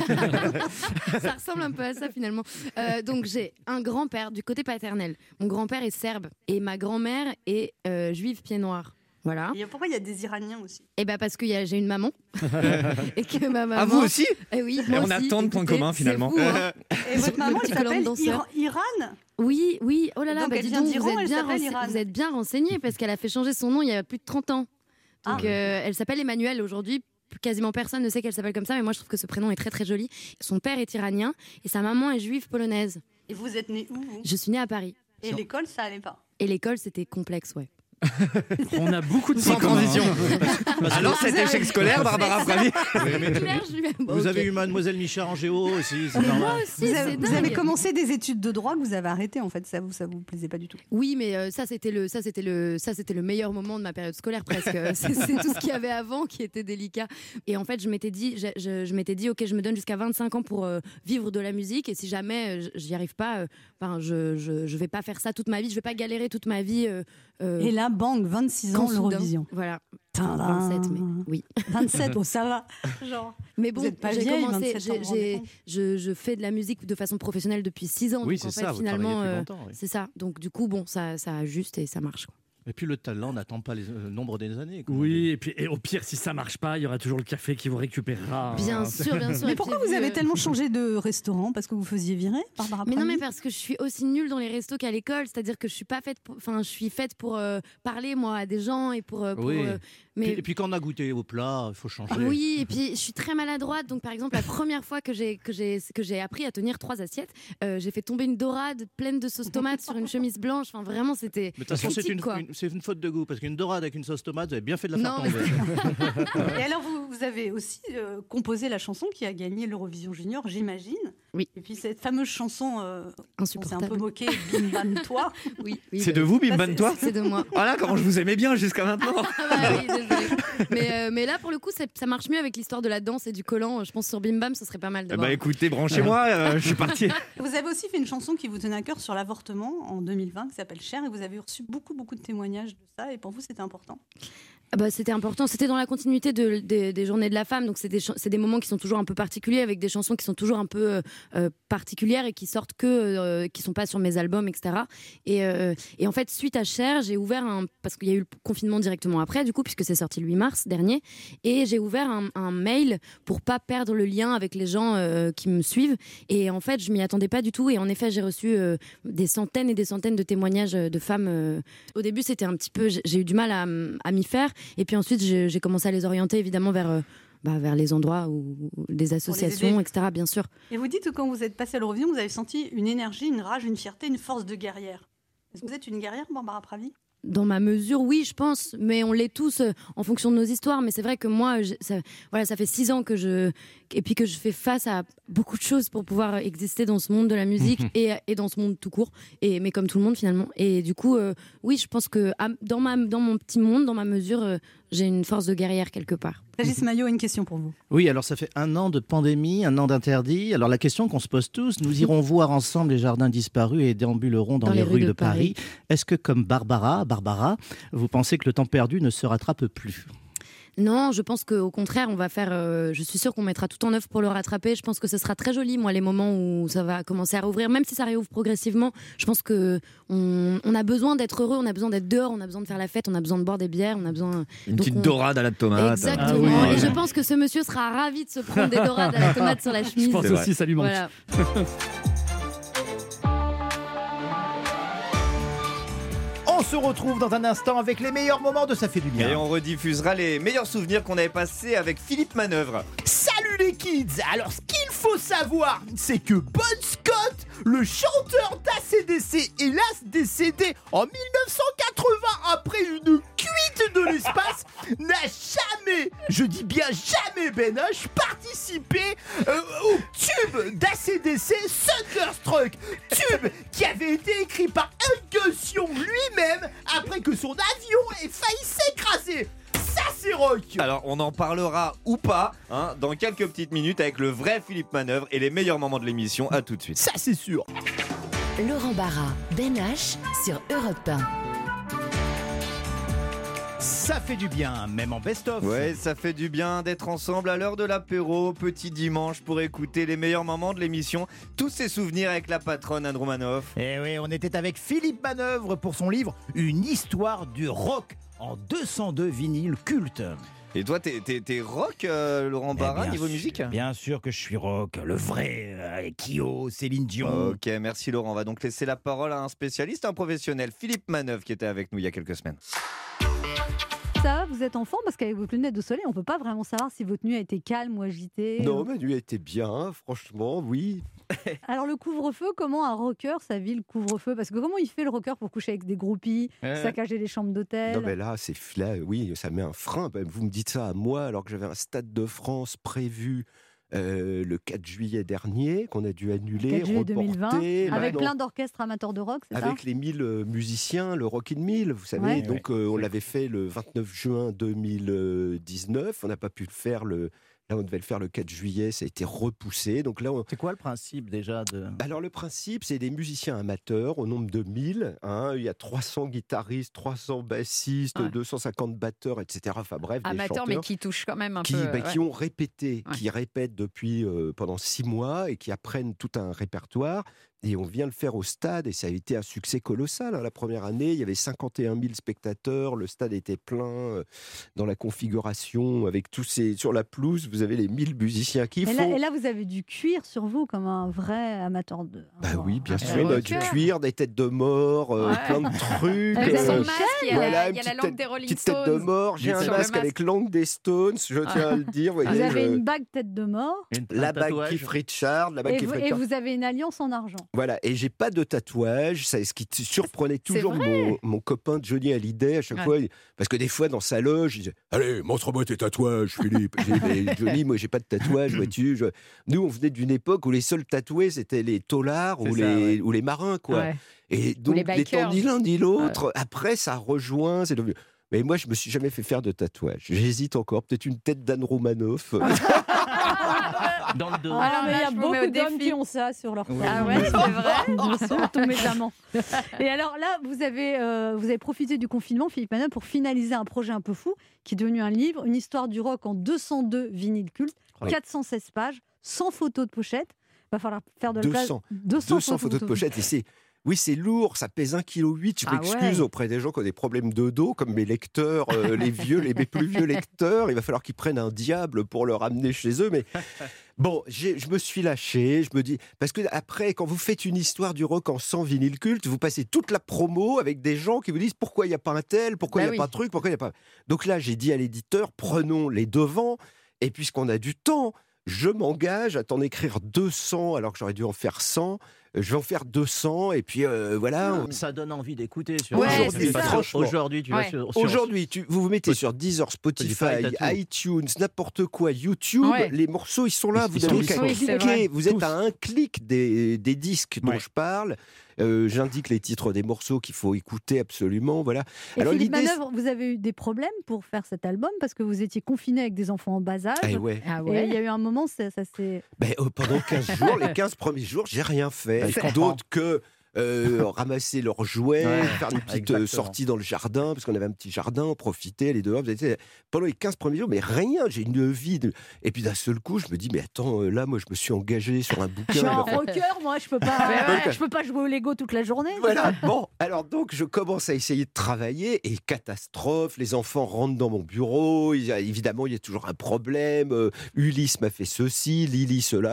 ça ressemble un peu à ça finalement. Donc j'ai un grand-père du côté paternel. Mon grand-père est serbe et ma grand-mère est juive pied noir. Voilà. Et pourquoi il y a des Iraniens aussi? Et parce que j'ai une maman et que ma maman. Ah, vous aussi? Oui. Et on a tant de points communs finalement. Fou, hein. Et votre maman, elle s'appelle danseur. Iran? Oui. Oh là là, Donc, elle dis vient donc, d'Iran, elle s'appelle Iran. vous êtes bien renseignés parce qu'elle a fait changer son nom il y a plus de 30 ans. Donc elle s'appelle Emmanuelle aujourd'hui. Quasiment personne ne sait qu'elle s'appelle comme ça, mais moi je trouve que ce prénom est très très joli. Son père est iranien et sa maman est juive polonaise. Et vous êtes née où, vous? Je suis née à Paris. Et l'école, ça allait pas? Et l'école, c'était complexe, ouais. On a beaucoup de Sans points communs, transition. hein. Alors cet échec scolaire, Barbara Pravi. Vous avez eu Mademoiselle Michard en géo aussi, c'est normal. Moi aussi, Vous avez commencé des études de droit que vous avez arrêtées en fait, ça vous plaisait pas du tout? Oui, mais ça c'était le meilleur moment de ma période scolaire presque. C'est tout ce qu'il y avait avant qui était délicat. Et en fait, je m'étais dit, ok, je me donne jusqu'à 25 ans pour vivre de la musique. Et si jamais j'y arrive pas, je vais pas faire ça toute ma vie. Je vais pas galérer toute ma vie. Et là, bang, 26 ans, l'Eurovision. Voilà. Tadam. 27, mais oui. 27, oh, ça va. Genre, mais bon, vous êtes pas j'ai vieille, commencé, 27 ans, vous vous rendez compte? je fais de la musique de façon professionnelle depuis 6 ans. Oui, donc en c'est fait, ça, vous finalement, travaillez depuis longtemps, oui. c'est ça. Donc du coup, bon, ça ajuste et ça marche, quoi. Et puis le talent n'attend pas le nombre des années. comme on Oui, et au pire, si ça marche pas, il y aura toujours le café qui vous récupérera. Bien sûr. Mais pourquoi vous avez tellement changé de restaurant? Parce que vous faisiez virer, Barbara Mais non, Pravi? mais parce que je suis aussi nulle dans les restos qu'à l'école. C'est-à-dire que je suis pas faite je suis faite pour parler, moi, à des gens et pour Oui. mais... Et puis quand on a goûté au plat, il faut changer. Oui, et puis je suis très maladroite. Donc, par exemple, la première fois que j'ai appris à tenir 3 assiettes, j'ai fait tomber une dorade pleine de sauce tomate sur une chemise blanche. Enfin, vraiment, c'était. Mais de toute façon, c'est une faute de goût parce qu'une dorade avec une sauce tomate, vous avez bien fait de la faire tomber. Et alors, vous avez aussi composé la chanson qui a gagné l'Eurovision Junior, j'imagine. Oui. Et puis cette fameuse chanson, on s'est un peu moqué, Bim Bam Toi. Oui. C'est de vous, Bim Bam Toi? C'est de moi. Voilà comment je vous aimais bien jusqu'à maintenant. Oui, désolée. Mais là, pour le coup, ça marche mieux avec l'histoire de la danse et du collant. Je pense sur Bim Bam, ce serait pas mal de voir. Bah écoutez, branchez-moi, je suis parti. Vous avez aussi fait une chanson qui vous tenait à cœur sur l'avortement en 2020, qui s'appelle Cher, et vous avez reçu beaucoup de témoignages de ça, et pour vous, c'était important? C'était important, c'était dans la continuité des journées de la femme, donc c'est des moments qui sont toujours un peu particuliers, avec des chansons qui sont toujours un peu particulières et qui sortent qui sont pas sur mes albums, etc. Et en fait, suite à Cher, j'ai ouvert parce qu'il y a eu le confinement directement après, du coup, puisque c'est sorti le 8 mars dernier, et j'ai ouvert un mail pour pas perdre le lien avec les gens qui me suivent. Et en fait, je m'y attendais pas du tout, et en effet, j'ai reçu des centaines et des centaines de témoignages de femmes. Au début, c'était un petit peu, j'ai eu du mal à m'y faire. Et puis ensuite, j'ai commencé à les orienter évidemment vers les endroits ou des associations, etc. Bien sûr. Et vous dites que quand vous êtes passé à l'Eurovision, vous avez senti une énergie, une rage, une fierté, une force de guerrière. Est-ce que vous êtes une guerrière, Barbara Pravi ? Dans ma mesure, oui, je pense, mais on l'est tous en fonction de nos histoires. Mais c'est vrai que moi, ça fait 6 ans que je fais face à beaucoup de choses pour pouvoir exister dans ce monde de la musique et dans ce monde tout court, mais comme tout le monde finalement. Et du coup, oui, je pense que dans mon petit monde, dans ma mesure, j'ai une force de guerrière quelque part. Régis Maillot a une question pour vous. Oui, alors ça fait 1 an de pandémie, 1 an d'interdit. Alors la question qu'on se pose tous, nous irons voir ensemble les jardins disparus et déambulerons dans les rues de Paris. Est-ce que comme Barbara, vous pensez que le temps perdu ne se rattrape plus ? Non, je pense qu'au contraire, on va faire. Je suis sûre qu'on mettra tout en œuvre pour le rattraper. Je pense que ce sera très joli, moi, les moments où ça va commencer à rouvrir, même si ça réouvre progressivement. Je pense que on a besoin d'être heureux, on a besoin d'être dehors, on a besoin de faire la fête, on a besoin de boire des bières, on a besoin. Une petite dorade à la tomate. Exactement. Et je pense que ce monsieur sera ravi de se prendre des dorades à la tomate sur la chemise. Je pense aussi, ça lui manque. Voilà. On se retrouve dans un instant avec les meilleurs moments de Ça fait du bien. Et on rediffusera les meilleurs souvenirs qu'on avait passés avec Philippe Manœuvre. Salut les kids. Alors ce qu'il faut savoir, c'est que Bon Scott, le chanteur d'ACDC, hélas décédé en 1980 après une cuite de l'espace, n'a jamais, je dis bien jamais Ben H, participé au tube d'ACDC Thunderstruck, tube qui avait été écrit par Angus Young lui-même après que son avion ait failli s'écraser. Ça c'est rock. Alors on en parlera ou pas dans quelques petites minutes avec le vrai Philippe Manœuvre et les meilleurs moments de l'émission. À tout de suite. Ça c'est sûr. Laurent Barra, Ben H sur Europe 1. Ça fait du bien, même en best-of. Ouais, ça fait du bien d'être ensemble à l'heure de l'apéro, petit dimanche, pour écouter les meilleurs moments de l'émission. Tous ces souvenirs avec la patronne Anne Romanoff. Et oui, on était avec Philippe Manœuvre pour son livre Une histoire du rock en 202 vinyles cultes. Et toi, t'es rock, Laurent Barra, niveau musique ? Bien sûr que je suis rock, le vrai, Kyo, Céline Dion. Ok, merci Laurent. On va donc laisser la parole à un spécialiste, un professionnel, Philippe Manœuvre, qui était avec nous il y a quelques semaines. Ça, vous êtes enfant parce qu'avec votre lunette de soleil, on peut pas vraiment savoir si votre nuit a été calme ou agitée. Non, ma nuit a été bien, franchement, oui. Alors le couvre-feu, comment un rocker ça vit le couvre-feu ? Parce que comment il fait le rocker pour coucher avec des groupies, saccager les chambres d'hôtel ? Non mais là, oui, ça met un frein. Vous me dites ça à moi alors que j'avais un Stade de France prévu le 4 juillet dernier, qu'on a dû annuler, 4 juillet 2020, avec plein d'orchestres amateurs de rock, c'est ça ? Avec les 1000 musiciens, le Rock in 1000, vous savez. Ouais. Donc on l'avait fait le 29 juin 2019, on n'a pas pu le faire Là, on devait le faire le 4 juillet, ça a été repoussé. Donc là, C'est quoi le principe déjà Alors le principe, c'est des musiciens amateurs au nombre de 1000. Il y a 300 guitaristes, 300 bassistes, 250 batteurs, etc. Enfin bref, des amateurs, chanteurs mais qui touchent quand même un peu. Qui ont répété, qui répètent depuis pendant 6 mois et qui apprennent tout un répertoire. Et on vient le faire au stade et ça a été un succès colossal. La première année, il y avait 51 000 spectateurs, le stade était plein dans la configuration avec tous ces... Sur la pelouse, vous avez les 1000 musiciens qui font... Et là, vous avez du cuir sur vous comme un vrai amateur de... oui, bien sûr, du cuir, des têtes de mort, plein de trucs. Avec son masque, il y a la langue des Rolling petite Stones. tête de mort, j'ai un masque avec langue des Stones, je tiens à le dire. Vous avez une bague tête de mort. La bague Keith Richards. Et vous avez une alliance en argent. Voilà, et j'ai pas de tatouage, c'est ce qui surprenait toujours mon copain Johnny Hallyday à chaque fois, parce que des fois dans sa loge, il disait « Allez, montre-moi tes tatouages, Philippe !» Johnny, moi j'ai pas de tatouage, vois-tu. Nous, on venait d'une époque où les seuls tatoués, c'était les taulards ou les marins, quoi. Ouais. Et donc, n'étant ni l'un ni l'autre, après, ça rejoint, c'est devenu... Mais moi, je me suis jamais fait faire de tatouage. J'hésite encore, peut-être une tête d'Anne Romanoff. Dans le dos. Ah, mais il y a je vous mets au beaucoup d'hommes défi. qui ont ça sur leur femme. Ah ouais, c'est vrai. Bien sûr, tous mes amants. Et alors là, vous avez profité du confinement, Philippe Manœuvre, pour finaliser un projet un peu fou, qui est devenu un livre, une histoire du rock en 202 vinyles cultes, Oui. 416 pages, 100 photos de pochette. Il va falloir faire de la 200. place. 200 photos de pochette. Et c'est lourd, ça pèse 1,8 kg. Je Ah m'excuse ouais. auprès des gens qui ont des problèmes de dos, comme mes lecteurs, les plus vieux lecteurs. Il va falloir qu'ils prennent un diable pour le ramener chez eux. Mais bon, je me suis lâché. Je me dis, parce que après, quand vous faites une histoire du rock en 100 vinyles cultes, vous passez toute la promo avec des gens qui vous disent pourquoi il n'y a pas un tel, pourquoi il n'y a pas un truc, pourquoi il n'y a pas. Donc là, j'ai dit à l'éditeur, prenons les devants. Et puisqu'on a du temps, je m'engage à t'en écrire 200 alors que j'aurais dû en faire 100. Je vais en faire 200 et puis voilà. Ça donne envie d'écouter. Aujourd'hui, tu vas sur Aujourd'hui, vous vous mettez sur Deezer, Spotify, iTunes, n'importe quoi, YouTube. Ouais. Les morceaux, ils sont là. Vous sont n'avez qu'à tous, oui, c'est vrai. cliquer. Vous êtes à un clic des disques dont je parle. J'indique les titres des morceaux qu'il faut écouter absolument. Voilà. Et Alors, Philippe l'idée, Manœuvre, vous avez eu des problèmes pour faire cet album parce que vous étiez confiné avec des enfants en bas âge. Eh ouais. Ah Et ouais. il y a eu un moment, ça s'est. Pendant 15 jours, les 15 premiers jours, j'ai rien fait. D'autres que ramasser leurs jouets, faire une petite sortie dans le jardin, parce qu'on avait un petit jardin, profiter, aller dehors. Pendant les 15 premiers jours, mais rien, j'ai une vie. Et puis d'un seul coup, je me dis, mais attends, là, moi, je me suis engagé sur un bouquin. Je suis un rocker, moi, je peux pas jouer au Lego toute la journée. Voilà, bon, alors donc je commence à essayer de travailler et catastrophe, les enfants rentrent dans mon bureau, évidemment il y a toujours un problème, Ulysse m'a fait ceci, Lily cela,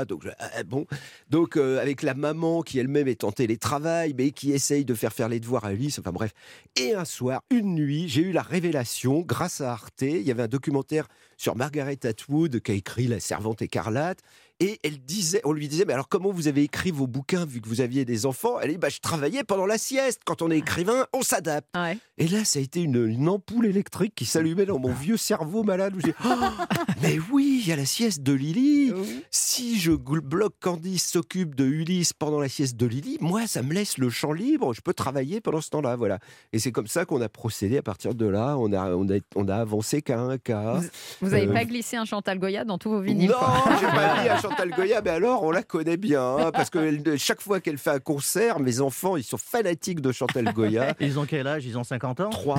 donc avec la maman qui elle-même est en télétravail mais qui essaye de faire les devoirs à Ulysse, enfin bref. Et un soir, une nuit, j'ai eu la révélation grâce à Arte, il y avait un documentaire sur Margaret Atwood qui a écrit La Servante écarlate. Et on lui disait, mais alors comment vous avez écrit vos bouquins vu que vous aviez des enfants? Elle dit, je travaillais pendant la sieste. Quand on est écrivain, on s'adapte. Ouais. Et là, ça a été une ampoule électrique qui s'allumait dans mon vieux cerveau malade. Où j'ai dit, mais oui, il y a la sieste de Lily. Si je bloque Candice s'occupe de Ulysse pendant la sieste de Lily, moi, ça me laisse le champ libre. Je peux travailler pendant ce temps-là, voilà. Et c'est comme ça qu'on a procédé. À partir de là, on a avancé qu'à un cas. Vous n'avez pas glissé un Chantal Goya dans tous vos vinyles? Non, j'ai pas dit à Chantal Goya, mais alors on la connaît bien, hein, parce que chaque fois qu'elle fait un concert, mes enfants, ils sont fanatiques de Chantal Goya. Ils ont quel âge? Ils ont 50 ans? 3,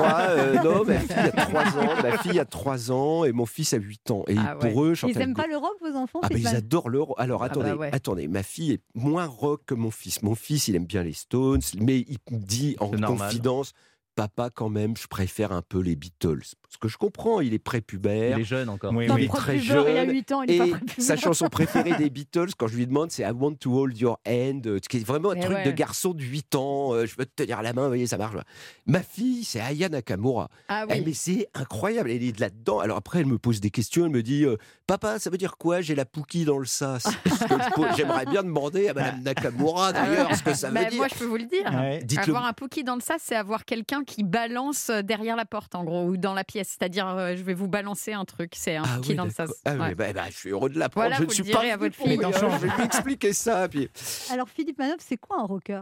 non, ma fille a 3 ans, ma fille a 3 ans et mon fils a 8 ans. Et pour eux, Chantal Ils n'aiment pas le rock, vos enfants? ils adorent le rock. Alors attendez, ma fille est moins rock que mon fils. Mon fils, il aime bien les Stones, mais il me dit en confidence, papa, quand même, je préfère un peu les Beatles. Parce que je comprends, il est prépubère. Il est jeune encore. Il est très jeune. Il a 8 ans, il est pas prépubère. Sa chanson préférée des Beatles, quand je lui demande, c'est I Want to Hold Your Hand, qui est vraiment un truc de garçon de 8 ans. Je veux te tenir la main, vous voyez, ça marche. Ma fille, c'est Aya Nakamura. Ah oui. Mais c'est incroyable, elle est là-dedans. Alors après, elle me pose des questions, elle me dit, papa, ça veut dire quoi? J'ai la Pookie dans le sas. J'aimerais bien demander à Madame Nakamura, d'ailleurs, ce que ça veut dire. Moi, je peux vous le dire. Ouais. Avoir un Pookie dans le sas, c'est avoir quelqu'un qui balance derrière la porte, en gros, ou dans la pièce. C'est-à-dire, je vais vous balancer un truc. C'est un Pookie dans le sas. Je suis heureux de l'apprendre. Voilà, Je ne vous suis le pas direz à votre fille. Je vais lui expliquer ça. Puis... Alors, Philippe Manœuvre, c'est quoi un rocker?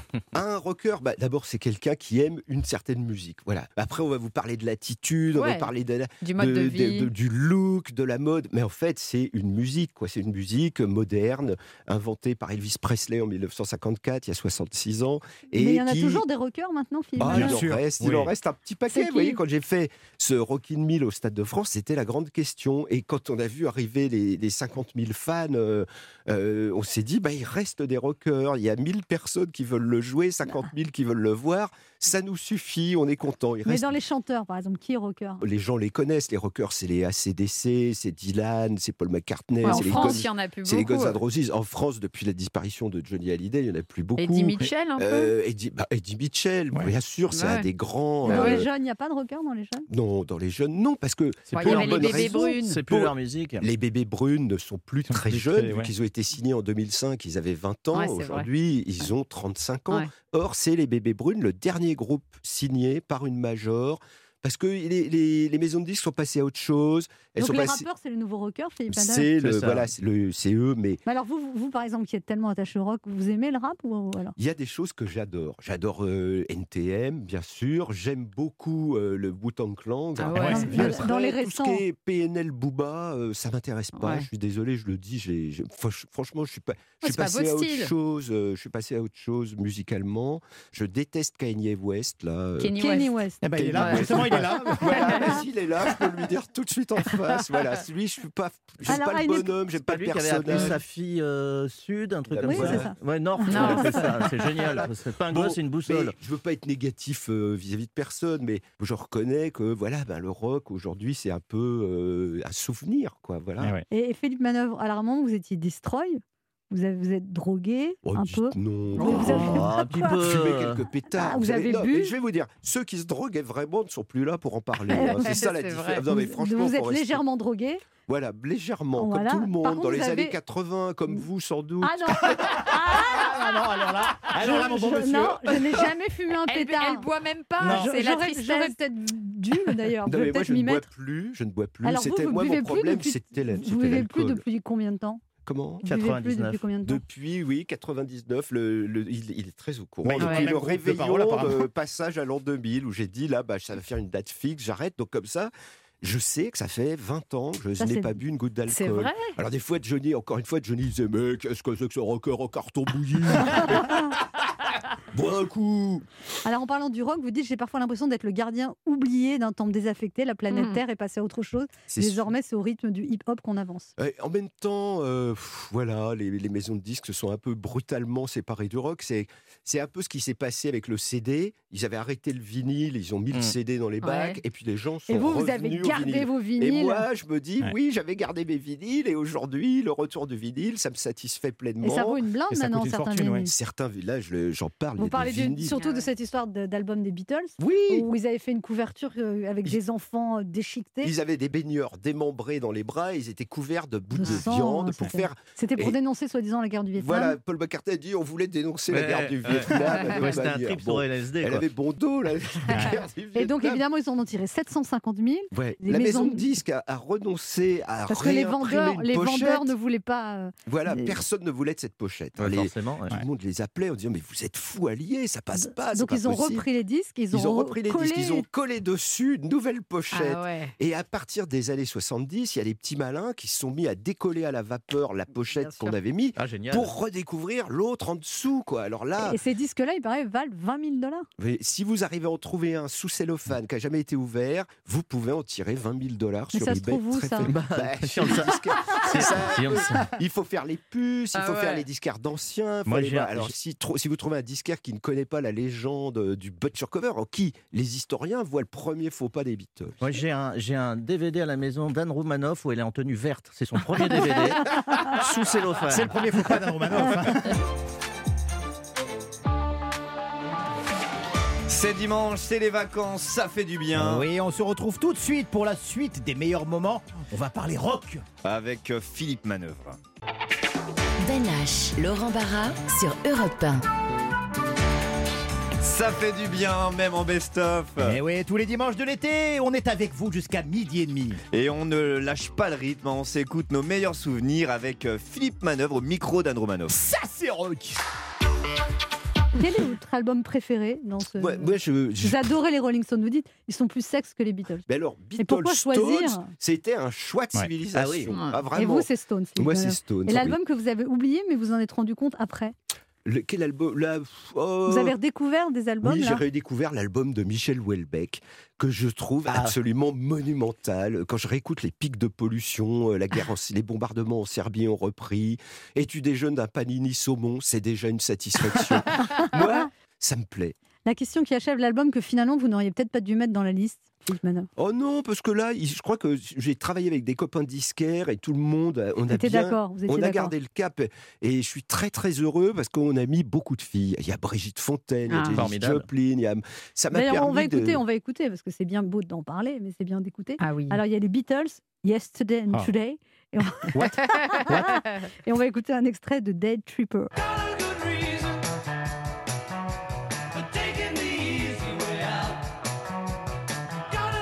Un rocker, d'abord, c'est quelqu'un qui aime une certaine musique. Voilà. Après, on va vous parler de l'attitude, on va parler du mode de vie, du look, de la mode. Mais en fait, c'est une musique, quoi. C'est une musique moderne, inventée par Elvis Presley en 1954, il y a 66 ans. Et mais il y en a toujours des rockers maintenant, Philippe Manœuvre. Il en reste un petit paquet. Vous voyez, quand j'ai fait ce Rockin' Mill au Stade de France, c'était la grande question. Et quand on a vu arriver les 50 000 fans, on s'est dit, il reste des rockers. Il y a 1000 personnes qui veulent le jouer, 50 000 qui veulent le voir, ça nous suffit, on est content. Mais dans les chanteurs, par exemple, qui est rocker? Les gens les connaissent, les rockers, c'est les AC/DC, c'est Dylan, c'est Paul McCartney, en France, il y en a plus beaucoup. C'est les Guns N' Roses. En France, depuis la disparition de Johnny Hallyday, il n'y en a plus beaucoup. Eddie Mitchell, un peu Eddie Mitchell, bien sûr, c'est un des grands... Dans les jeunes, il n'y a pas de rockers dans les jeunes? Non, dans les jeunes, non, parce que... C'est plus les bébés brunes. C'est plus leur musique. Les bébés brunes ne sont plus très jeunes, vu qu'ils ont été signés en 2005, ils avaient 20 ans. Aujourd'hui, ils ont 35 ans. Or, c'est les bébés brunes, le dernier groupe signé par une major parce que les maisons de disques sont passées à autre chose. Elles Donc sont les passées... rappeurs, c'est le nouveau rocker, Philippe Manœuvre. C'est eux, mais... Mais alors vous, par exemple, qui êtes tellement attaché au rock, vous aimez le rap ou alors? Il y a des choses que j'adore. J'adore NTM, bien sûr. J'aime beaucoup le Wu-Tang Clan. Ah ouais, c'est bien ça. Dans les récents. Tout ce qui est PNL Booba, ça m'intéresse pas. Ouais. Je suis désolé, je le dis. Franchement, je suis c'est pas passé à votre autre style. chose. Je suis passé à autre chose musicalement. Je déteste Kanye West là. Kanye West. Eh ben, il est là, justement, il est là. Voilà, s'il est là, je peux lui dire tout de suite en face. Voilà, lui, je suis pas le bonhomme, j'aime pas le Lui qui avait appelé personnage. sa fille Sud, un truc comme Oui, ça. c'est ça. Ouais, Nord, Non. c'est ça, c'est génial. C'est pas un gosse, c'est une boussole. Mais je veux pas être négatif vis-à-vis de personne, mais je reconnais que voilà, le rock aujourd'hui, c'est un peu un souvenir, quoi. Voilà. Et Philippe Manœuvre, à la moment, vous étiez destroy. Vous êtes drogué un peu. Non, Vous avez- un petit peu. Fumé quelques pétards. Ah, vous avez non, bu mais je vais vous dire, ceux qui se droguaient vraiment ne sont plus là pour en parler. hein. C'est ça la C'est différence. vrai. Non, mais franchement, Vous êtes faut rester- légèrement drogué. Voilà, légèrement, Voilà. comme tout le Par monde, contre, dans les vous années avez- 80, comme vous sans doute. Ah non Ah non, alors là, mon bon monsieur. Non, je n'ai jamais fumé un pétard. Elle boit même pas. Non. C'est la J'aurais tristesse. peut-être dû, d'ailleurs. Non, Je mais vais moi, peut-être je m'y ne bois mettre. plus, je ne bois plus. Alors, C'était vous moi buvez mon plus problème, depuis- c'était Vous buvez plus depuis combien de temps? Comment Vous buvez plus depuis combien de temps? Depuis, oui, 99, il est très au courant. Mais il a Depuis pas le le groupe de parole, réveillon apparemment. de passage à l'an 2000, où j'ai dit, là, ça va faire une date fixe, j'arrête. Donc comme ça, je sais que ça fait 20 ans que je Ça, n'ai c'est- pas bu une goutte d'alcool. c'est vrai. Alors des fois, encore une fois, Johnny disait, mais qu'est-ce que c'est que ce rocker au carton bouilli Bois un coup. Alors, en parlant du rock, vous dites j'ai parfois l'impression d'être le gardien oublié d'un temple désaffecté. La planète Terre est passée à autre chose. C'est Désormais, c'est au rythme du hip-hop qu'on avance. En même temps, voilà, les maisons de disques se sont un peu brutalement séparées du rock. C'est un peu ce qui s'est passé avec le CD. Ils avaient arrêté le vinyle, ils ont mis le CD dans les bacs, Ouais. et puis les gens sont Et vous revenus avez au gardé vinyle. vos vinyles. Et moi, je me dis, Ouais. oui, j'avais gardé mes vinyles, et aujourd'hui, le retour du vinyle, ça me satisfait pleinement. Et ça vaut une blinde Et ça maintenant, coûte une certains fortune, ouais. vinyles. Certains villages, j'en parle. il y Vous a parlez des vinyles. surtout de cette histoire d'album des Beatles, Oui. où ils avaient fait une couverture avec des enfants déchiquetés. Ils avaient des baigneurs démembrés dans les bras, ils étaient couverts de bouts de sang, viande hein, pour c'était- faire. C'était pour Et- dénoncer soi-disant la guerre du Vietnam. Voilà, Paul McCartney a dit on voulait dénoncer la guerre du Vietnam. avec Ouais, c'était un manière. trip sur LSD, Elle quoi. avait bon dos, la guerre du Et donc, Vietnam. évidemment, ils en ont tiré 750 000. Ouais. les La maison de maisons- disques a renoncé à Parce que les réimprimer une vendeurs pochette. ne voulaient pas. Voilà, les- personne ne voulait de cette pochette. Ouais, Les- forcément, ouais. Tout le monde les appelait en disant mais vous êtes fous alliés, ça passe pas. c'est Donc pas ils ont possible. repris les disques, ils ont repris les collé- disques, ils ont collé dessus une nouvelle pochette. Ah ouais. Et à partir des années 70, il y a des petits malins qui se sont mis à décoller à la vapeur la pochette qu'on avait mis Ah, génial. pour redécouvrir l'autre en dessous. Quoi. Alors là, Et ces disques-là, il paraît, valent 20 000 $. mais si vous arrivez à en trouver un sous cellophane qui n'a jamais été ouvert, vous pouvez en tirer 20 000 $ Mais sur ça se eBay. trouve où, très ça facilement. Si on le sait. C'est ça. Si on le sait. Il faut faire les puces, il Ah faut faire ouais. les disquaires d'anciens. faut Moi, aller j'ai voir. un- Alors, si vous trouvez un disquaire qui ne connaît pas la légende du Butcher Cover, en qui les historiens voient le premier faux pas des Beatles. Moi, j'ai un DVD à la maison d'Anne Roumanoff où elle est en tenue verte. C'est son premier DVD sous cellophane. C'est le premier faux pas d'Anne Romanoff. hein. C'est dimanche, c'est les vacances, ça fait du bien. Oui, on se retrouve tout de suite pour la suite des meilleurs moments. On va parler rock. Avec Philippe Manœuvre. Ben H, Laurent Barra sur Europe 1. Ça fait du bien, même en best-of. Et oui, tous les dimanches de l'été, on est avec vous jusqu'à 12h30. Et on ne lâche pas le rythme, on s'écoute nos meilleurs souvenirs avec Philippe Manœuvre au micro d'Anne Romanoff. Ça, c'est rock. Quel est votre album préféré dans ce... Moi, Vous adorez les Rolling Stones, vous dites, ils sont plus sexes que les Beatles. Mais alors, Et pourquoi Beatles, choisir Stones, c'était un choix de Ouais. civilisation. Ah oui. Ah, vraiment. Et vous, c'est Stones. Philippe Moi, c'est Manœuvre. Stones. Et l'album que vous avez oublié, mais vous en êtes rendu compte après. Quel album là, Vous avez redécouvert des albums Oui, j'ai là redécouvert l'album de Michel Houellebecq que je trouve absolument monumental. Quand je réécoute les pics de pollution, la guerre, les bombardements en Serbie ont repris, et tu déjeunes d'un panini saumon, c'est déjà une satisfaction. Moi, ça me plaît. La question qui achève l'album que finalement vous n'auriez peut-être pas dû mettre dans la liste, Philippe Manœuvre. Oh non, parce que là, je crois que j'ai travaillé avec des copains disquaires et tout le monde, on a Vous étiez bien, d'accord, vous étiez on a d'accord. gardé le cap et je suis très très heureux parce qu'on a mis beaucoup de filles. Il y a Brigitte Fontaine, il y a Ah. Janis Formidable. Joplin, ça m'a D'ailleurs, permis on va écouter, parce que c'est bien beau d'en parler, mais c'est bien d'écouter. Ah oui. Alors, il y a les Beatles, Yesterday and Ah. Today. Et on... et on va écouter un extrait de Dead Tripper. Taking the easy way out. Got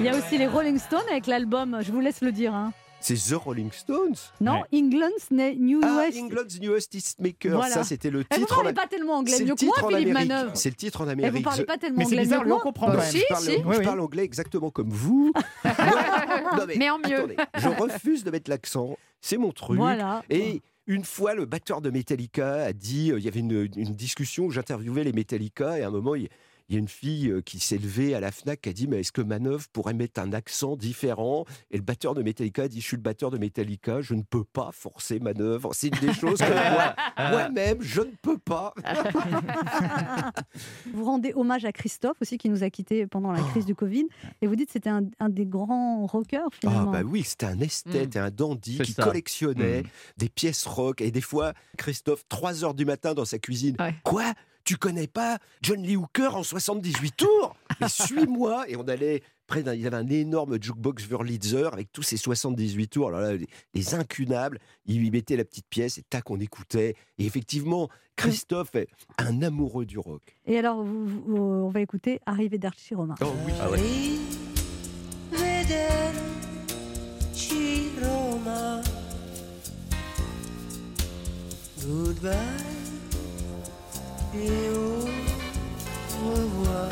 y a aussi les Rolling Stones avec l'album, je vous laisse le dire. Hein. C'est The Rolling Stones. Non, England's New West. England's Newest Hitmaker. Voilà. Ça, c'était le Et titre. vous parlez pas tellement anglais, C'est mieux le que moi, titre en Philippe Amérique. Manœuvre. C'est le titre en Et Amérique. vous parlez pas tellement Mais c'est anglais, bizarre, mieux lui, que on moi. comprend Non, quand je même. parle, je parle anglais exactement comme vous. Non, Mais en mieux. attendez, je refuse de mettre l'accent. C'est mon truc. Voilà. Et une fois, le batteur de Metallica a dit, il y avait une discussion où j'interviewais les Metallica et à un moment, il y a une fille qui s'est levée à la FNAC qui a dit « Mais est-ce que Manœuvre pourrait mettre un accent différent ?» Et le batteur de Metallica a dit « Je suis le batteur de Metallica, je ne peux pas forcer Manœuvre. » C'est une des choses que moi-même, je ne peux pas. Vous rendez hommage à Christophe aussi, qui nous a quittés pendant la crise du Covid. Et vous dites que c'était un des grands rockers, finalement. Ah bah oui, c'était un esthète et un dandy C'est qui ça. collectionnait des pièces rock. Et des fois, Christophe, 3h du matin dans sa cuisine. Ouais. Quoi ? Tu connais pas John Lee Hooker en 78 tours ? Mais suis-moi. Et on allait près d'un. Il avait un énorme jukebox Wurlitzer avec tous ses 78 tours. Alors là, les incunables. Il lui mettait la petite pièce et tac, on écoutait. Et effectivement, Christophe est un amoureux du rock. Et alors, on va écouter Arrivée d'Archie Romain. Oh oui. Ah ouais. Vederci Roma. Goodbye et au revoir.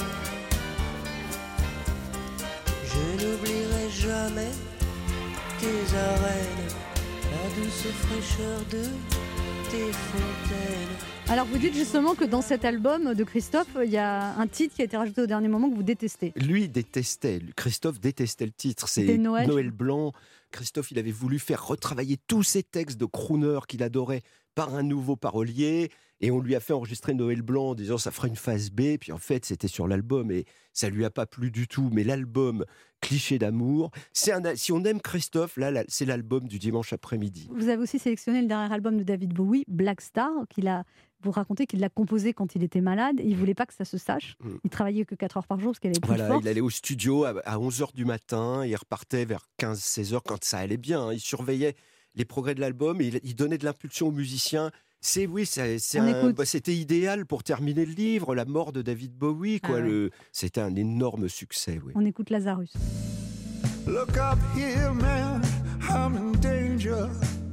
Je n'oublierai jamais tes arènes, la douce fraîcheur de tes fontaines. Alors, vous dites justement que dans cet album de Christophe, il y a un titre qui a été rajouté au dernier moment que vous détestez. Lui détestait, Christophe détestait le titre, c'est C'était Noël. Noël Blanc. Christophe, il avait voulu faire retravailler tous ses textes de crooner qu'il adorait par un nouveau parolier, et on lui a fait enregistrer Noël Blanc en disant ça fera une phase B, puis en fait c'était sur l'album et ça lui a pas plu du tout, mais l'album Cliché d'amour, si on aime Christophe, là c'est l'album du dimanche après-midi. Vous avez aussi sélectionné le dernier album de David Bowie, Black Star, vous racontez qu'il l'a composé quand il était malade. Il ne voulait pas que ça se sache. Il travaillait que 4 heures par jour parce qu'elle avait plus de Voilà, force. il allait au studio à 11h du matin, il repartait vers 15-16h quand ça allait bien. Hein. Il surveillait les progrès de l'album et il donnait de l'impulsion aux musiciens. C'était idéal pour terminer le livre, la mort de David Bowie. Quoi. C'était un énorme succès. Oui. On écoute Lazarus. Look up here, man, I'm in danger.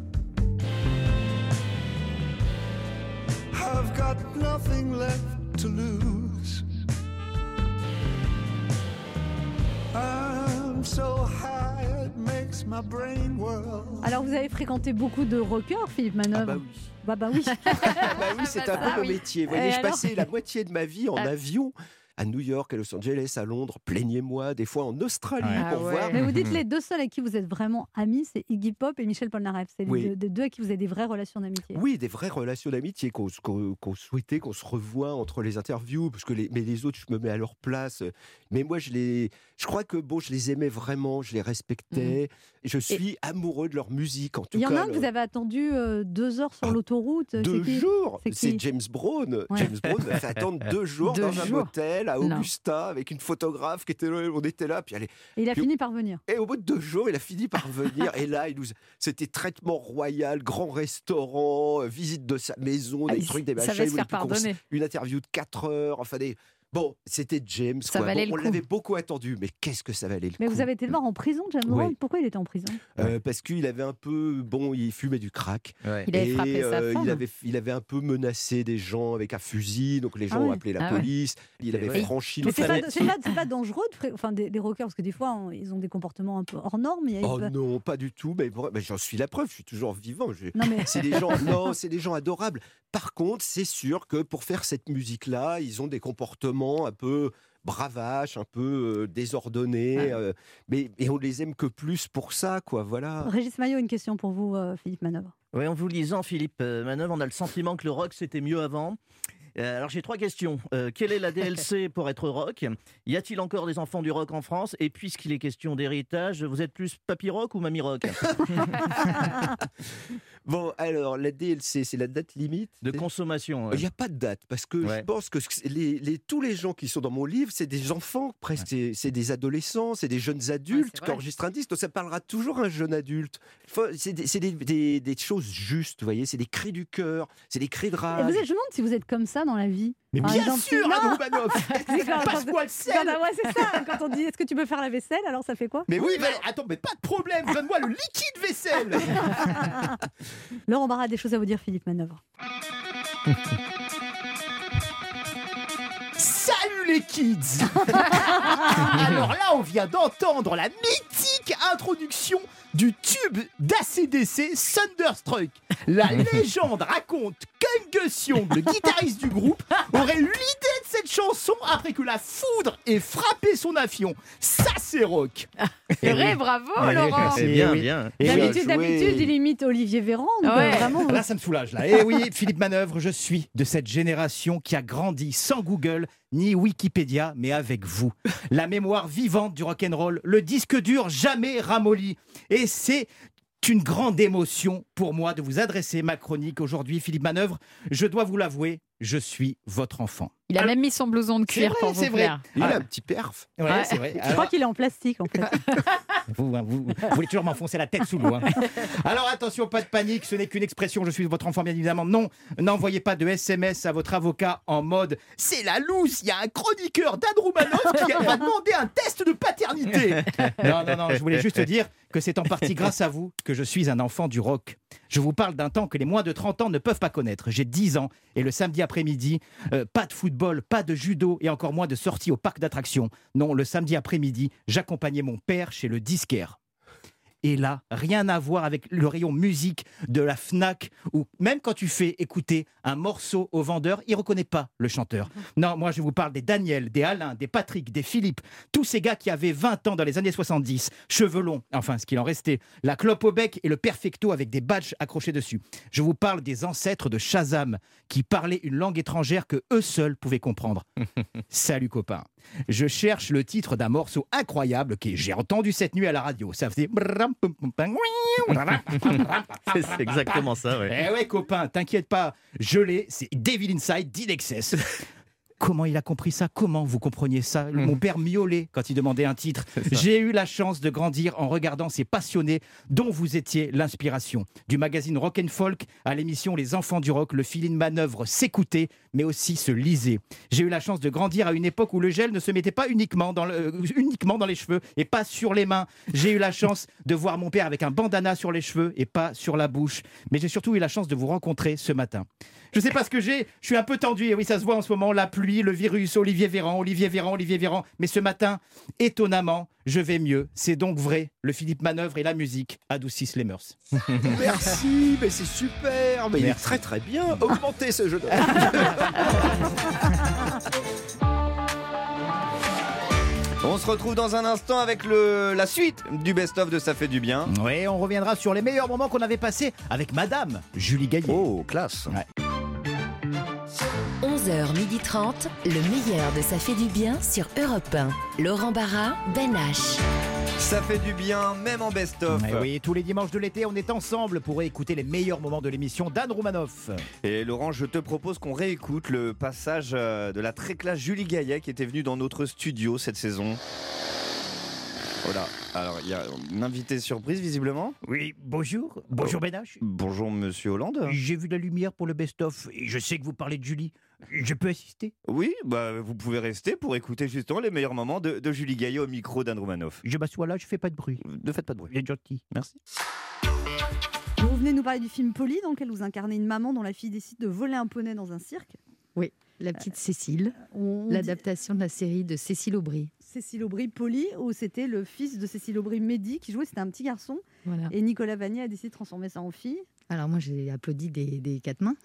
I've got nothing left to lose. I'm so high, it makes my brain whirl. Alors, vous avez fréquenté beaucoup de rockers, Philippe Manœuvre. Ah bah oui. Bah oui. C'est un peu mon métier. Vous voyez, je passais la moitié de ma vie en avion. À New York, à Los Angeles, à Londres, plaignez-moi, des fois en Australie pour voir. Mais vous dites les deux seuls avec qui vous êtes vraiment amis, c'est Iggy Pop et Michel Polnareff. C'est Oui. les deux avec qui vous avez des vraies relations d'amitié. Oui, des vraies relations d'amitié qu'on souhaitait qu'on se revoie entre les interviews, parce que mais les autres, je me mets à leur place. Mais moi, je crois que je les aimais vraiment, je les respectais. Je suis amoureux de leur musique, en tout cas. Il y en a un que vous avez attendu 2 heures sur l'autoroute. 2 jours. C'est C'est James Brown. Ouais. James Brown m'a fait attendre 2 jours dans un motel à Augusta avec une photographe qui était là. On était là. Puis Et il a fini par venir. Et au bout de 2 jours, il a fini par venir. Et là, c'était traitement royal, grand restaurant, visite de sa maison, des trucs, des machins. savait se faire pardonner. Une interview de 4 heures. Enfin, Bon, c'était James. Ça quoi. valait le On coup. l'avait beaucoup attendu, mais qu'est-ce que ça valait le coup. Mais vous avez été le voir en prison, James Brown. Oui. Pourquoi il était en prison? Parce qu'il avait un peu, il fumait du crack. Ouais. Il avait frappé sa femme. Il avait un peu menacé des gens avec un fusil, donc les gens ont appelé la police. Il avait franchi. Mais c'est pas dangereux des rockers, parce que des fois ils ont des comportements un peu hors normes. Oh non, pas du tout. Mais j'en suis la preuve. Je suis toujours vivant. Non, mais... C'est des gens adorables. Par contre, c'est sûr que pour faire cette musique-là, ils ont des comportements un peu bravaches, un peu désordonnés, et on les aime que plus pour ça, quoi. Voilà. Régis Maillot, une question pour vous, Philippe Manœuvre. Oui, en vous lisant, Philippe Manœuvre, on a le sentiment que le rock c'était mieux avant. Alors j'ai 3 questions. Quelle est la DLC pour être rock? Y a-t-il encore des enfants du rock en France? Et puisqu'il est question d'héritage, vous êtes plus papy rock ou mamie rock? Bon, alors, la DLC, c'est la date limite de consommation. Il n'y a pas de date, parce que je pense que tous les gens qui sont dans mon livre, c'est des enfants, presque. C'est des adolescents, c'est des jeunes adultes qui enregistrent un disque. Donc ça parlera toujours à un jeune adulte. C'est des choses justes, vous voyez. C'est des cris du cœur, c'est des cris de rage. Je me demande si vous êtes comme ça dans la vie. Mais Par bien exemple, sûr, non. Anne Romanoff. Passe-moi le sel. Ouais, c'est ça. Quand on dit est-ce que tu peux faire la vaisselle, alors ça fait quoi? Mais oui, mais attends, mais pas de problème. Donne-moi le liquide vaisselle. Laurent Barra a des choses à vous dire, Philippe Manœuvre. Salut les kids. Alors là, on vient d'entendre la mythique introduction du tube d'ACDC Thunderstruck. La légende raconte qu'Angus Young, le guitariste du groupe, aurait eu l'idée de cette chanson après que la foudre ait frappé son avion. Ça, c'est rock. C'est vrai, bravo Laurent. C'est bien, bien. Et D'habitude, il imite Olivier Véran. donc, Ouais. Vraiment. Là, ça me soulage. Là. Et oui, Philippe Manœuvre, je suis de cette génération qui a grandi sans Google ni Wikipédia, mais avec vous. La mémoire vivante du rock'n'roll, le disque dur jamais ramolli. Et c'est une grande émotion pour moi de vous adresser ma chronique aujourd'hui, Philippe Manœuvre. Je dois vous l'avouer, je suis votre enfant. Il a même mis son blouson de cuir vrai, pour vous c'est vrai. plaire. Il a un petit perf. Ouais, c'est vrai. Je crois qu'il est en plastique, en fait. Vous voulez toujours m'enfoncer la tête sous l'eau. Hein. Alors attention, pas de panique, ce n'est qu'une expression, je suis votre enfant bien évidemment. Non, n'envoyez pas de SMS à votre avocat en mode « c'est la loose, il y a un chroniqueur d'Anne Romanoff qui va demander un test de paternité ». Non, je voulais juste dire que c'est en partie grâce à vous que je suis un enfant du rock. Je vous parle d'un temps que les moins de 30 ans ne peuvent pas connaître. J'ai 10 ans et le samedi après-midi, pas de football, pas de judo et encore moins de sortie au parc d'attractions. Non, le samedi après-midi, j'accompagnais mon père chez le disquaire. Et là, rien à voir avec le rayon musique de la Fnac, où même quand tu fais écouter un morceau au vendeur, il ne reconnaît pas le chanteur. Non, moi je vous parle des Daniel, des Alain, des Patrick, des Philippe, tous ces gars qui avaient 20 ans dans les années 70, cheveux longs, enfin ce qu'il en restait, la clope au bec et le perfecto avec des badges accrochés dessus. Je vous parle des ancêtres de Shazam, qui parlaient une langue étrangère que eux seuls pouvaient comprendre. Salut copains. Je cherche le titre d'un morceau incroyable que j'ai entendu cette nuit à la radio. Ça faisait... C'est exactement ça, ouais. Eh ouais, copain, t'inquiète pas, je l'ai, c'est Devil Inside d'Inexcess. Comment il a compris ça? Comment vous compreniez ça? Mon père miaulait quand il demandait un titre. J'ai eu la chance de grandir en regardant ces passionnés dont vous étiez l'inspiration. Du magazine Rock & Folk à l'émission Les Enfants du Rock, le Philippe Manœuvre s'écoutait, mais aussi se lisait. J'ai eu la chance de grandir à une époque où le gel ne se mettait pas uniquement dans les cheveux et pas sur les mains. J'ai eu la chance de voir mon père avec un bandana sur les cheveux et pas sur la bouche. Mais j'ai surtout eu la chance de vous rencontrer ce matin. Je sais pas ce que j'ai, je suis un peu tendu, et oui, ça se voit en ce moment, la pluie, le virus, Olivier Véran. Mais ce matin, étonnamment, je vais mieux. C'est donc vrai, le Philippe Manœuvre et la musique adoucissent les mœurs. Merci, mais c'est super, mais il est Merci. très très bien. Augmentez ce jeu. On se retrouve dans un instant avec la suite du best-of de Ça fait du bien. Oui, on reviendra sur les meilleurs moments qu'on avait passés avec Madame Julie Gaillet. Oh, classe. Ouais. 11h30, le meilleur de Ça fait du bien sur Europe 1. Laurent Barra, Ben H. Ça fait du bien, même en best-of. Ouais, oui, tous les dimanches de l'été, on est ensemble pour écouter les meilleurs moments de l'émission d'Anne Romanoff. Et Laurent, je te propose qu'on réécoute le passage de la très classe Julie Gaillet qui était venue dans notre studio cette saison. Voilà, alors il y a une invitée surprise visiblement. Oui, bonjour. Bonjour Ben H. Bonjour Monsieur Hollande. J'ai vu la lumière pour le best-of et je sais que vous parlez de Julie. Je peux assister? Oui, bah, vous pouvez rester pour écouter justement les meilleurs moments de Julie Gaillet au micro d'Anne Romanoff. Je m'assois là, je fais pas de bruit. Ne faites pas de bruit. Vous êtes gentil. Merci. Vous venez nous parler du film Polly, dans lequel vous incarnez une maman dont la fille décide de voler un poney dans un cirque. Oui, la petite Cécile, l'adaptation de la série de Cécile Aubry. Cécile Aubry, Polly, où c'était le fils de Cécile Aubry, Mehdi, qui jouait, c'était un petit garçon. Voilà. Et Nicolas Vanier a décidé de transformer ça en fille. Alors moi, j'ai applaudi des quatre mains.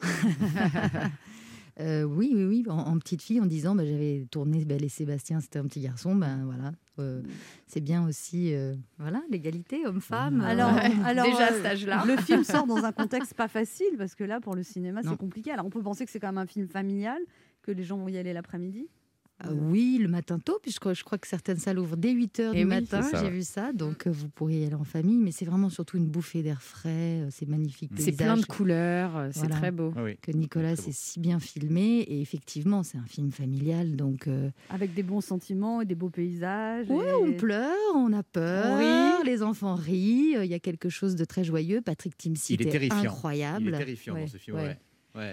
Oui, en petite fille, en disant, j'avais tourné Belle et Sébastien, c'était un petit garçon, voilà. C'est bien aussi, voilà, l'égalité homme-femme. Alors, déjà à cet âge-là. Le film sort dans un contexte pas facile, parce que là, pour le cinéma, c'est compliqué. Alors, on peut penser que c'est quand même un film familial, que les gens vont y aller l'après-midi. Oui, le matin tôt, puisque je crois que certaines salles ouvrent dès 8h du matin, j'ai vu ça, donc vous pourriez y aller en famille, mais c'est vraiment surtout une bouffée d'air frais, c'est magnifique. C'est plein de couleurs, c'est très beau. Que Nicolas s'est si bien filmé, et effectivement, c'est un film familial, donc... Avec des bons sentiments et des beaux paysages. Oui, on pleure, on a peur, les enfants rient, il y a quelque chose de très joyeux. Patrick Timsit est incroyable. Il est terrifiant dans ce film, ouais.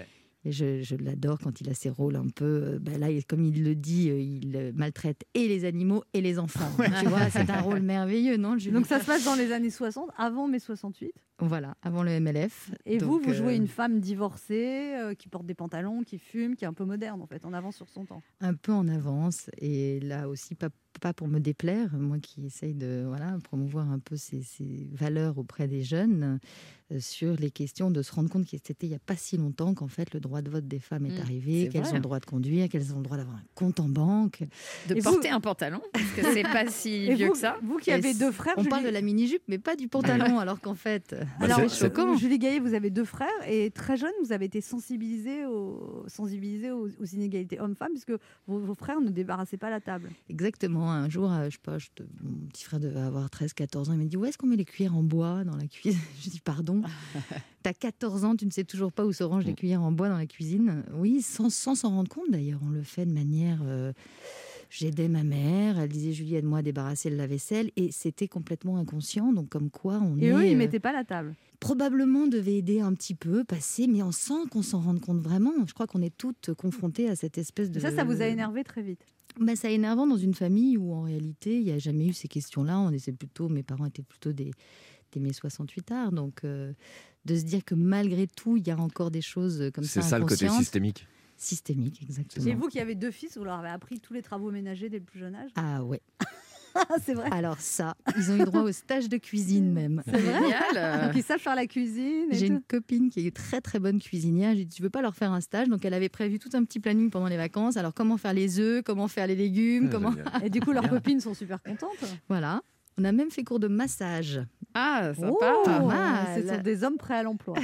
Et je l'adore quand il a ses rôles un peu... là, comme il le dit, il maltraite et les animaux et les enfants. Tu vois, c'est un rôle merveilleux, non, Julie? Donc ça se passe dans les années 60, avant mai 68. Voilà, avant le MLF. Et donc, vous jouez une femme divorcée, qui porte des pantalons, qui fume, qui est un peu moderne, en fait, en avance sur son temps. Un peu en avance. Et là aussi, pas pour me déplaire, moi qui essaye de promouvoir un peu ces valeurs auprès des jeunes, sur les questions de se rendre compte que c'était il n'y a pas si longtemps qu'en fait le droit de vote des femmes est arrivé, qu'elles ont le droit de conduire, qu'elles ont le droit d'avoir un compte en banque. De porter un pantalon, parce que c'est pas si vieux que ça. Vous qui avez 2 frères... On parle de la mini-jupe, mais pas du pantalon, alors qu'en fait... Alors, c'est choquant. Julie Gaillet, vous avez 2 frères, et très jeune, vous avez été sensibilisée aux inégalités hommes-femmes, puisque vos frères ne débarrassaient pas la table. Exactement. Un jour, mon petit frère devait avoir 13-14 ans, il m'a dit « Où est-ce qu'on met les cuillères en bois dans la cuisine ?» Je dis « Pardon, t'as 14 ans, tu ne sais toujours pas où se rangent les cuillères en bois dans la cuisine ?» Oui, sans s'en rendre compte d'ailleurs. On le fait de manière... J'aidais ma mère, elle disait « Julie, aide-moi à débarrasser le lave-vaisselle » et c'était complètement inconscient, donc comme quoi on Et eux, ils ne mettaient pas la table. Probablement on devait aider un petit peu, passer, mais sans qu'on s'en rende compte vraiment. Je crois qu'on est toutes confrontées à cette espèce de... Ça vous a énervé très vite. C'est énervant dans une famille où en réalité il n'y a jamais eu ces questions-là. Mes parents étaient plutôt des mai 68 arts, donc de se dire que malgré tout il y a encore des choses comme ça. C'est ça le côté systémique. Systémique, exactement. Et vous qui avez 2 fils, vous leur avez appris tous les travaux ménagers dès le plus jeune âge? Ah ouais. C'est vrai. Alors ça, ils ont eu droit au stage de cuisine même. C'est génial. Donc ils savent faire la cuisine. J'ai une copine qui est très très bonne cuisinière. J'ai dit tu veux pas leur faire un stage? Donc elle avait prévu tout un petit planning pendant les vacances. Alors comment faire les œufs, comment faire les légumes, Et du coup leurs copines sont super contentes. Voilà. On a même fait cours de massage. Ah, sympa. Pas mal. Ce sont des hommes prêts à l'emploi.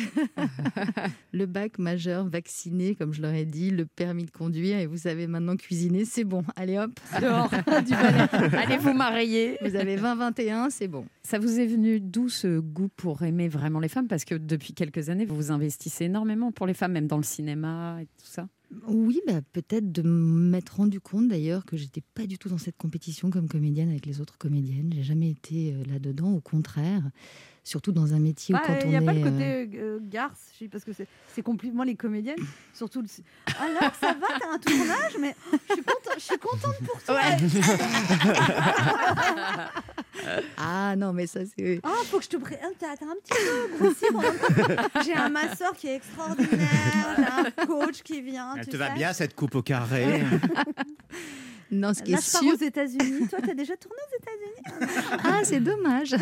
Le bac majeur, vacciné, comme je leur ai dit, le permis de conduire. Et vous savez, maintenant, cuisiner, c'est bon. Allez hop, dehors du balai. Allez vous marier. Vous avez 20-21, c'est bon. Ça vous est venu d'où ce goût pour aimer vraiment les femmes? Parce que depuis quelques années, vous vous investissez énormément pour les femmes, même dans le cinéma et tout ça. Oui, peut-être de m'être rendu compte d'ailleurs que j'étais pas du tout dans cette compétition comme comédienne avec les autres comédiennes. J'ai jamais été là-dedans, au contraire. Surtout dans un métier où quand on est... Il n'y a pas le côté garce, parce que c'est complètement les comédiennes. Surtout alors, ça va, t'as un tournage, mais je suis contente pour toi. Ouais. Ah non, mais ça c'est... faut que je te présente, t'as un petit peu grossi. J'ai un masseur qui est extraordinaire, j'ai un coach qui vient. Elle te va bien cette coupe au carré. Non, ce qui est je pars sûr... aux États-Unis. Toi, t'as déjà tourné aux États-Unis? Ah, c'est dommage.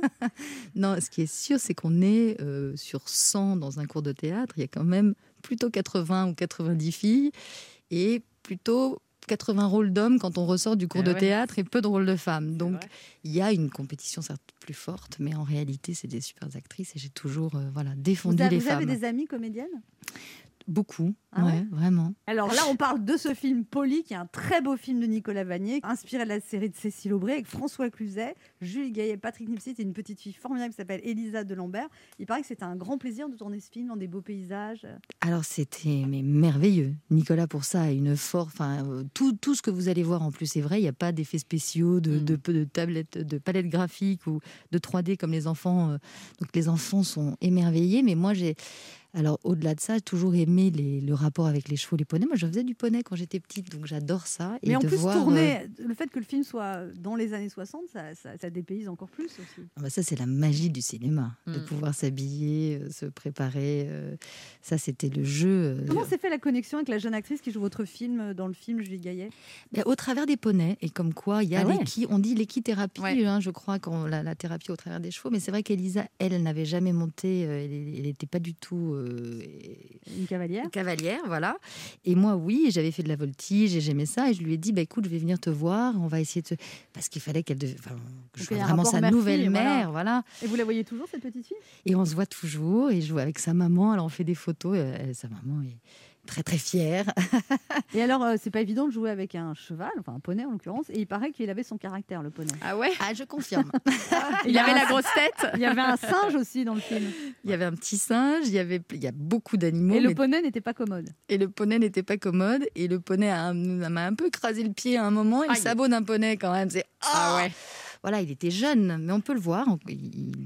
Non, ce qui est sûr, c'est qu'on est sur 100 dans un cours de théâtre. Il y a quand même plutôt 80 ou 90 filles et plutôt 80 rôles d'hommes quand on ressort du cours de théâtre et peu de rôles de femmes. Donc, il y a une compétition certes plus forte, mais en réalité, c'est des super actrices et j'ai toujours défendu les femmes. Vous avez des amies comédiennes? Beaucoup, Ah ouais vraiment. Alors là, on parle de ce film Polly, qui est un très beau film de Nicolas Vanier, inspiré de la série de Cécile Aubray, avec François Cluzet, Julie Gaillet, Patrick Nipsey et une petite fille formidable qui s'appelle Elisa de Lambert. Il paraît que c'était un grand plaisir de tourner ce film dans des beaux paysages. Alors c'était merveilleux. Nicolas, pour ça, a une force. Tout ce que vous allez voir en plus, c'est vrai. Il n'y a pas d'effets spéciaux, de tablettes, de palettes graphiques ou de 3D comme les enfants. Donc les enfants sont émerveillés. Mais moi, alors, au-delà de ça, j'ai toujours aimé le rapport avec les chevaux, les poneys. Moi, je faisais du poney quand j'étais petite, donc j'adore ça. Mais en plus, tourner, le fait que le film soit dans les années 60, ça dépayse encore plus aussi. Ça, c'est la magie du cinéma, de pouvoir s'habiller, se préparer. Ça, c'était le jeu. Comment s'est fait la connexion avec la jeune actrice qui joue votre film, dans le film, Julie Gaillet? Au travers des poneys, et comme quoi, il y a on dit l'équithérapie, je crois, la thérapie au travers des chevaux. Mais c'est vrai qu'Elisa, elle n'avait jamais monté, elle n'était pas du tout... une cavalière. Une cavalière, voilà. Et moi, oui, j'avais fait de la voltige et j'aimais ça. Et je lui ai dit, écoute, je vais venir te voir. On va essayer de... Parce qu'il fallait que je sois vraiment sa nouvelle mère. Voilà. Et vous la voyez toujours, cette petite fille? Et on se voit toujours. Et je joue avec sa maman. Alors, on fait des photos. Et sa maman est très, très fière. Et alors, c'est pas évident de jouer avec un cheval, enfin un poney en l'occurrence. Et il paraît qu'il avait son caractère, le poney. Ah ouais? Ah, je confirme. Il y avait la grosse tête. Il y avait un singe aussi dans le film. Il y avait un petit singe, il y a beaucoup d'animaux. Et le poney n'était pas commode. Et le poney n'était pas commode. Et le poney m'a un peu écrasé le pied à un moment. Et le sabot d'un poney, quand même, c'est... Ah ouais. Voilà, il était jeune, mais on peut le voir.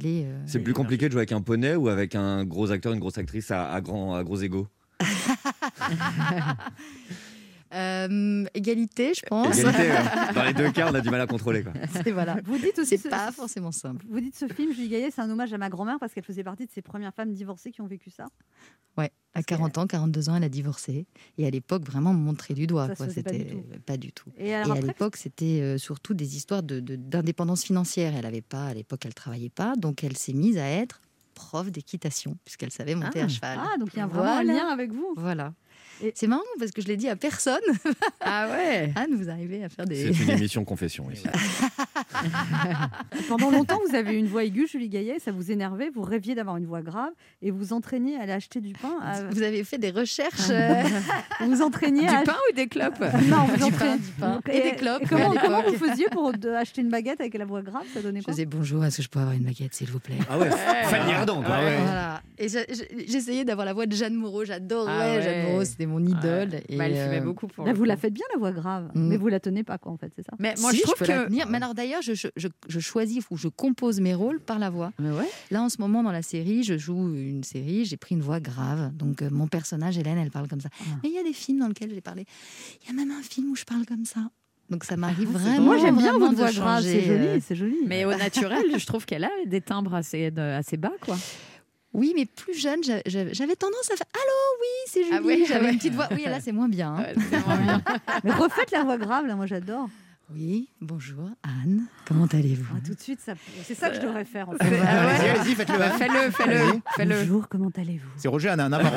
C'est plus compliqué de jouer avec un poney ou avec un gros acteur, une grosse actrice à gros égos? Égalité, je pense. Égalité, ouais. Dans les deux cas, on a du mal à contrôler. Quoi. C'est voilà. Vous dites aussi C'est pas forcément simple. Vous dites ce film, Julie Gaillet, c'est un hommage à ma grand-mère parce qu'elle faisait partie de ces premières femmes divorcées qui ont vécu ça. Ouais, à 40 ans, 42 ans, elle a divorcé. Et à l'époque, vraiment montré du doigt. Ça se Quoi. faisait pas C'était du tout. pas du tout. Et Et alors à après, l'époque, c'était surtout des histoires d'indépendance financière. Elle avait pas, à l'époque, elle travaillait pas, donc elle s'est mise à être prof d'équitation puisqu'elle savait monter à cheval. Ah, donc il y a vraiment un lien avec vous. Voilà. C'est marrant parce que je l'ai dit à personne. Ah ouais. Anne, vous arrivez à faire des. C'est une émission confession ici. Pendant longtemps, vous avez eu une voix aiguë, Julie Gaillet, ça vous énervait, vous rêviez d'avoir une voix grave et vous entraîniez à aller acheter du pain. Vous avez fait des recherches. Vous vous entraîniez Du à... pain ou des clopes? Non, vous Du entraîniez pain. Et des clopes. Et comment à l'époque. vous faisiez pour acheter une baguette avec la voix grave? Ça donnait Je quoi? faisais bonjour, est-ce que je peux avoir une baguette, s'il vous plaît? Ah ouais, Fanny Ardant, quoi. Ouais. Voilà. Et j'essayais d'avoir la voix de Jeanne Moreau. J'adorais Ah ouais. Jeanne Moreau, c'était mon idole. Et Bah, elle fumait beaucoup pour Là, le vous coup. la faites bien, la voix grave, mais vous la tenez pas, quoi, en fait, c'est ça? Mais moi, Si, je trouve peux la que. tenir. Mais alors d'ailleurs, je choisis ou je compose mes rôles par la voix. Ouais. Là, en ce moment, dans la série, je joue une série, j'ai pris une voix grave. Donc, mon personnage, Hélène, elle parle comme ça. Mais il y a des films dans lesquels j'ai parlé. Il y a même un film où je parle comme ça. Donc, ça m'arrive vraiment. Moi, j'aime bien vraiment votre de voix grave, changer, c'est joli, c'est joli. Mais au naturel, je trouve qu'elle a des timbres assez bas, quoi. Oui, mais plus jeune, j'avais tendance à faire Allô, oui, c'est Julie. Ah ouais, J'avais ouais. une petite voix. Oui, là, c'est moins bien. hein. Ouais, c'est moins bien. Mais refaites la voix grave, là, moi, j'adore. Oui, bonjour, Anne. Comment allez-vous? Ah, tout de suite, c'est ça que je devrais faire, en fait. Allez-y, faites-le. hein. Fais-le. Bonjour, comment allez-vous? C'est Roger Hanin, Navarro.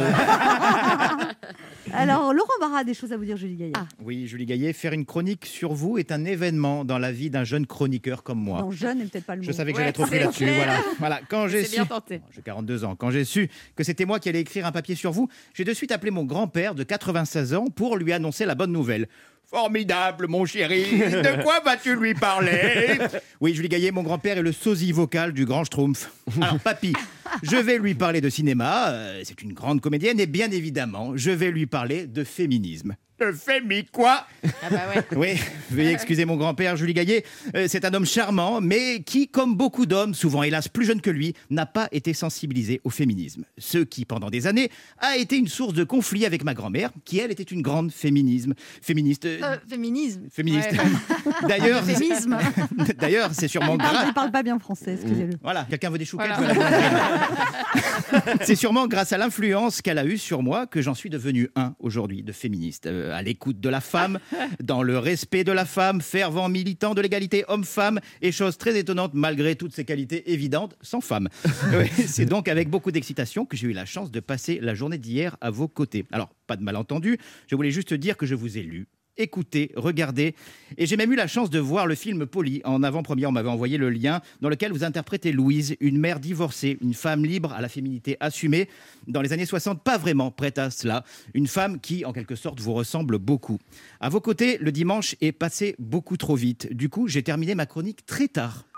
Alors, Laurent Barra a des choses à vous dire, Julie Gaillet. Oui, Julie Gaillet, faire une chronique sur vous est un événement dans la vie d'un jeune chroniqueur comme moi. Non, jeune n'est peut-être pas le mot. Je savais que Ouais, j'allais être repris c'est là-dessus. clair. Voilà. Quand j'ai C'est su, bien tenté. j'ai 42 ans, quand j'ai su que c'était moi qui allais écrire un papier sur vous, j'ai de suite appelé mon grand-père de 96 ans pour lui annoncer la bonne nouvelle. Formidable, mon chéri. De quoi vas-tu lui parler? Oui, Julie Gaillet, mon grand-père est le sosie vocal du grand Schtroumpf. Alors, papy, je vais lui parler de cinéma. C'est une grande comédienne et bien évidemment, je vais lui parler de féminisme. De fémi quoi? Ah bah ouais. Oui, veuillez excuser mon grand-père, Julie Gaillet. C'est un homme charmant, mais qui, comme beaucoup d'hommes, souvent hélas plus jeunes que lui, n'a pas été sensibilisé au féminisme. Ce qui, pendant des années, a été une source de conflit avec ma grand-mère, qui, elle, était une grande féminisme. Féministe. Féminisme. Féministe. Ouais. D'ailleurs, Féminisme. D'ailleurs, c'est sûrement Il parle pas bien français, excusez-le. Voilà, quelqu'un veut des chouquettes? Voilà. Voilà. C'est sûrement grâce à l'influence qu'elle a eue sur moi que j'en suis devenu un aujourd'hui de féministe. À l'écoute de la femme, dans le respect de la femme, fervent militant de l'égalité homme-femme, et chose très étonnante malgré toutes ces qualités évidentes, sans femme. Oui, c'est donc avec beaucoup d'excitation que j'ai eu la chance de passer la journée d'hier à vos côtés. Alors, pas de malentendu, je voulais juste dire que je vous ai lu, écouté, regardé, et j'ai même eu la chance de voir le film Polly en avant-première. On m'avait envoyé le lien, dans lequel vous interprétez Louise, une mère divorcée, une femme libre à la féminité assumée, dans les années 60, pas vraiment prête à cela, une femme qui, en quelque sorte, vous ressemble beaucoup. À vos côtés, le dimanche est passé beaucoup trop vite. Du coup, j'ai terminé ma chronique très tard.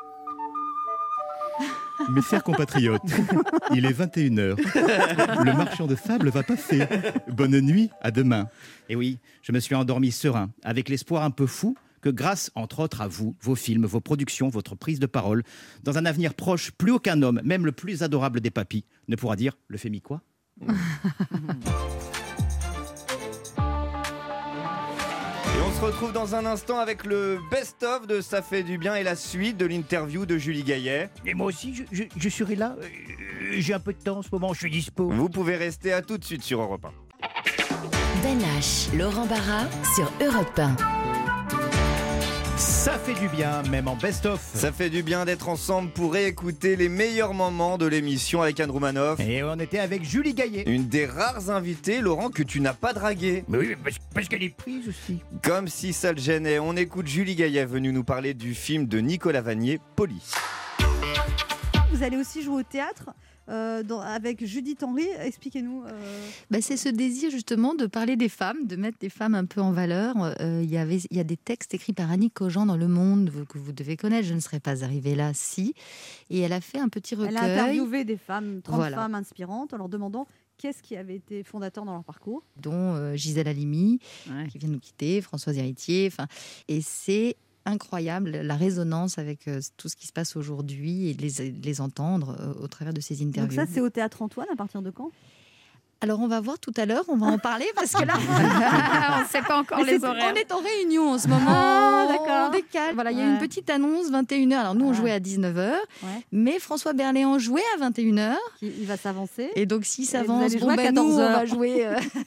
Mes chers compatriotes, il est 21h. Le marchand de sable va passer. Bonne nuit, à demain. Et oui, je me suis endormi serein, avec l'espoir un peu fou que grâce, entre autres, à vous, vos films, vos productions, votre prise de parole, dans un avenir proche, plus aucun homme, même le plus adorable des papis, ne pourra dire « le fait mi quoi ?» Et on se retrouve dans un instant avec le best-of de Ça fait du bien et la suite de l'interview de Julie Gaillet. Et moi aussi, je serai là. J'ai un peu de temps en ce moment, je suis dispo. Vous pouvez rester à tout de suite sur Europe 1. Ben H, Laurent Barra sur Europe 1. Ça fait du bien, même en best-of. Ça fait du bien d'être ensemble pour réécouter les meilleurs moments de l'émission avec Anne Roumanoff. Et on était avec Julie Gaillet. Une des rares invitées, Laurent, que tu n'as pas dragué. Mais oui, parce qu'elle est prise aussi. Comme si ça le gênait. On écoute Julie Gaillet venue nous parler du film de Nicolas Vanier, Polly. Vous allez aussi jouer au théâtre avec Judith Henry. Expliquez-nous. C'est ce désir justement de parler des femmes, de mettre des femmes un peu en valeur. Il y a des textes écrits par Annick Cogent dans Le Monde que vous devez connaître. Je ne serais pas arrivée là si. Et elle a fait un petit recueil. Elle a interviewé des femmes, 30 Voilà. femmes inspirantes, en leur demandant qu'est-ce qui avait été fondateur dans leur parcours. Dont Gisèle Halimi, qui vient de nous quitter, Françoise Héritier. Et c'est incroyable la résonance avec tout ce qui se passe aujourd'hui et de les entendre au travers de ces interviews. Donc ça, c'est au Théâtre Antoine, à partir de quand ? Alors, on va voir tout à l'heure, on va en parler parce que là, on ne sait pas encore les horaires. On est en réunion en ce moment. D'accord. On décale. Voilà, il y a une petite annonce, 21h. Alors, nous, on jouait à 19h, mais François Berléand jouait à 21h. Il va s'avancer. Et donc, s'il vous s'avance, allez jouer à nous, 14 on heures. va jouer.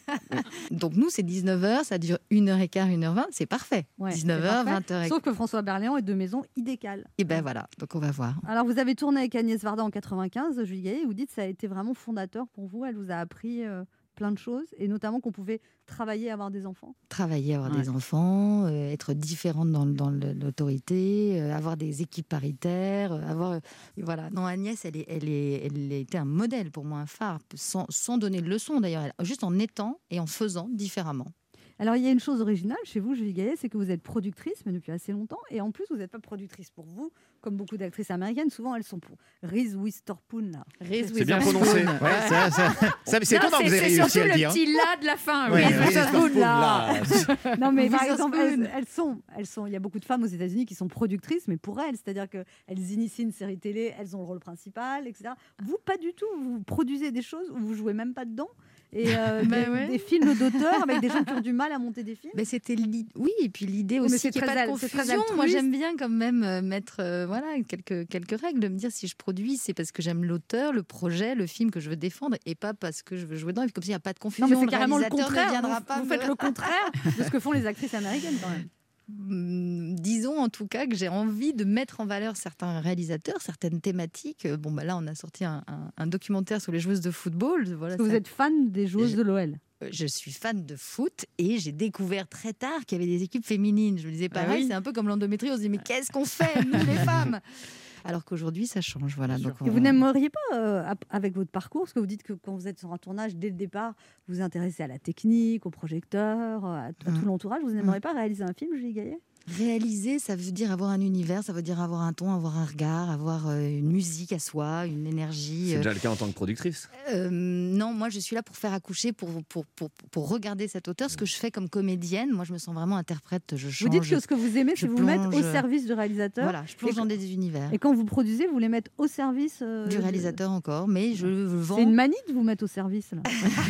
Donc, nous, c'est 19h, ça dure 1h15, 1h20, c'est parfait. Ouais, 19h, c'est 20h. Sauf que François Berléand est de maison, il décale. Et ben voilà, donc on va voir. Alors, vous avez tourné avec Agnès Varda en 95, Julie Gaillet, vous dites que ça a été vraiment fondateur pour vous. Elle vous a appris plein de choses, et notamment qu'on pouvait travailler, avoir des enfants. Travailler, avoir des enfants, être différente dans l'autorité, avoir des équipes paritaires, voilà. Non, Agnès, elle a été un modèle pour moi, un phare, sans donner de leçons d'ailleurs, juste en étant et en faisant différemment. Alors, il y a une chose originale chez vous, Julie Gaillet, c'est que vous êtes productrice, mais depuis assez longtemps. Et en plus, vous n'êtes pas productrice pour vous, comme beaucoup d'actrices américaines. Souvent, elles sont pour Reese Witherspoon. C'est bien prononcé. C'est étonnant que vous ayez réussi à le dire. C'est surtout le petit là de la fin. Oui, Reese Witherspoon, là. Non, mais par exemple, elles sont. Il y a beaucoup de femmes aux États-Unis qui sont productrices, mais pour elles, c'est-à-dire qu'elles initient une série télé, elles ont le rôle principal, etc. Vous, pas du tout. Vous produisez des choses où vous jouez même pas dedans. Et des films d'auteurs avec des gens qui ont du mal à monter des films. Mais c'était oui, et puis l'idée aussi qu'il n'y ait pas de confusion. Moi, j'aime bien quand même mettre quelques règles, de me dire si je produis, c'est parce que j'aime l'auteur, le projet, le film que je veux défendre, et pas parce que je veux jouer dedans. Comme s'il n'y a pas de confusion. Non, mais c'est carrément le contraire. Vous faites le contraire de ce que font les actrices américaines quand même. Disons en tout cas que j'ai envie de mettre en valeur certains réalisateurs, certaines thématiques. Bon, là, on a sorti un documentaire sur les joueuses de football. Voilà, vous êtes fan des joueuses de l'OL? Je suis fan de foot et j'ai découvert très tard qu'il y avait des équipes féminines. Je me disais pareil, c'est un peu comme l'endométriose. On se dit, mais qu'est-ce qu'on fait, nous les femmes? Alors qu'aujourd'hui, ça change. Voilà, donc et vous n'aimeriez pas, avec votre parcours, parce que vous dites que quand vous êtes sur un tournage, dès le départ, vous vous intéressez à la technique, au projecteur, à tout l'entourage. Vous n'aimeriez pas réaliser un film, Julie Gaillet? Réaliser, ça veut dire avoir un univers, ça veut dire avoir un ton, avoir un regard, avoir une musique à soi, une énergie. C'est déjà le cas en tant que productrice. Non, moi je suis là pour faire accoucher, pour regarder cet auteur. Ce que je fais comme comédienne, moi je me sens vraiment interprète, je change. Vous dites que ce que vous aimez, c'est vous mettre au service du réalisateur. Voilà, je plonge dans des univers. Et quand vous produisez, vous les mettez au service du réalisateur encore, mais je vends. C'est une manie de vous mettre au service là.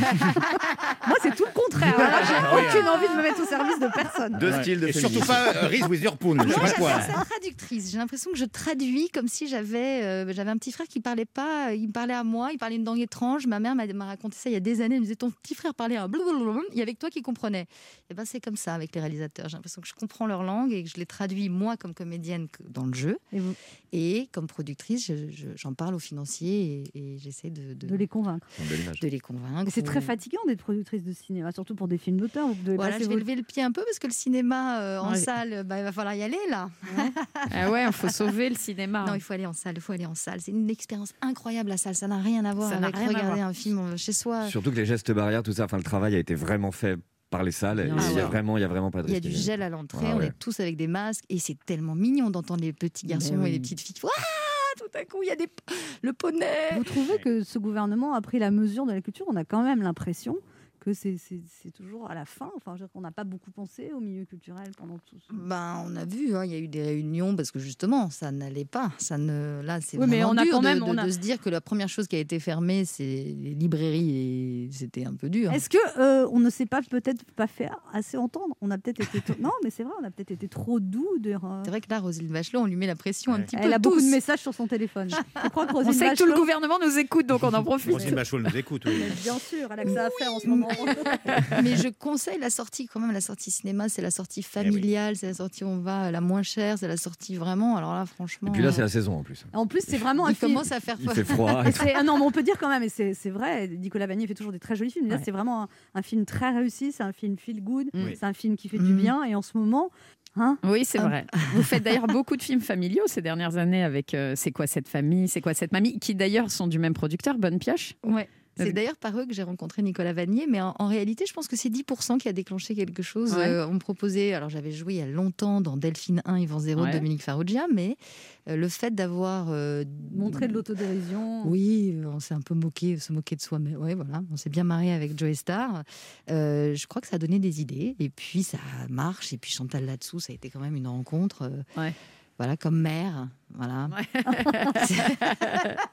Moi c'est tout le contraire. Là, j'ai aucune envie de me mettre au service de personne. Deux styles de et surtout pas Reese Witherspoon. Moi, j'appelle ça traductrice. J'ai l'impression que je traduis comme si j'avais un petit frère qui parlait pas. Il me parlait à moi, il parlait une langue étrange. Ma mère m'a raconté ça il y a des années. Elle me disait, ton petit frère parlait un blablabla. Il y avait que toi qui comprenais. Et ben c'est comme ça avec les réalisateurs. J'ai l'impression que je comprends leur langue et que je les traduis moi comme comédienne dans le jeu. Et comme productrice, j'en parle aux financiers et j'essaie de les convaincre. De les convaincre. C'est très fatigant d'être productrice de cinéma, surtout pour des films d'auteur. Voilà, je vais lever le pied un peu parce que le cinéma en salle, il va falloir y aller là. Il faut sauver le cinéma. Non, il faut aller en salle. C'est une expérience incroyable la salle. Ça n'a rien à voir avec regarder un film chez soi. Surtout que les gestes barrières, tout ça, le travail a été vraiment fait par les salles. Il y a vraiment pas de risque. Il y a du gel à l'entrée. On est tous avec des masques et c'est tellement mignon d'entendre les petits garçons et les petites filles. Tout à coup, il y a le poney. Vous trouvez que ce gouvernement a pris la mesure de la culture? On a quand même l'impression que c'est toujours à la fin. Enfin, on n'a pas beaucoup pensé au milieu culturel pendant tout ce... On a vu, il y a eu des réunions parce que justement, ça n'allait pas. Là, c'est mais vraiment on a dur quand même, de se dire que la première chose qui a été fermée, c'est les librairies et c'était un peu dur. Est-ce que on ne s'est peut-être pas fait assez entendre? On a peut-être été non, mais c'est vrai, on a peut-être été trop doux. C'est vrai que là, Roselyne Bachelot, on lui met la pression un petit peu. Elle a beaucoup de messages sur son téléphone. Je crois que on sait que tout le gouvernement nous écoute, donc on en profite. Roselyne Bachelot nous écoute. Oui. Bien sûr, elle a que ça à faire en ce moment. Mais je conseille la sortie quand même. La sortie cinéma, c'est la sortie familiale, c'est la sortie où on va la moins chère, c'est la sortie vraiment. Alors là, franchement. Et puis là, c'est la saison en plus. En plus, c'est vraiment un film. Commence à faire. Il fait froid. Non, mais on peut dire quand même, et c'est vrai. Nicolas Vanier fait toujours des très jolis films. Mais là, c'est vraiment un film très réussi. C'est un film feel good. C'est un film qui fait du bien. Et en ce moment. Oui, c'est vrai. Vous faites d'ailleurs beaucoup de films familiaux ces dernières années avec C'est quoi cette famille, C'est quoi cette mamie, qui d'ailleurs sont du même producteur, Bonne Pioche. Ouais. C'est d'ailleurs par eux que j'ai rencontré Nicolas Vanier, mais en réalité, je pense que c'est 10% qui a déclenché quelque chose. On me proposait, alors j'avais joué il y a longtemps dans Delphine 1, Yvan 0 de Dominique Farrugia, mais le fait d'avoir... montré de l'autodérision. Oui, on s'est un peu se moquer de soi, mais ouais, voilà, on s'est bien marré avec Joey Starr. Je crois que ça a donné des idées, et puis ça marche, et puis Chantal là-dessous, ça a été quand même une rencontre. Voilà, comme mère, voilà.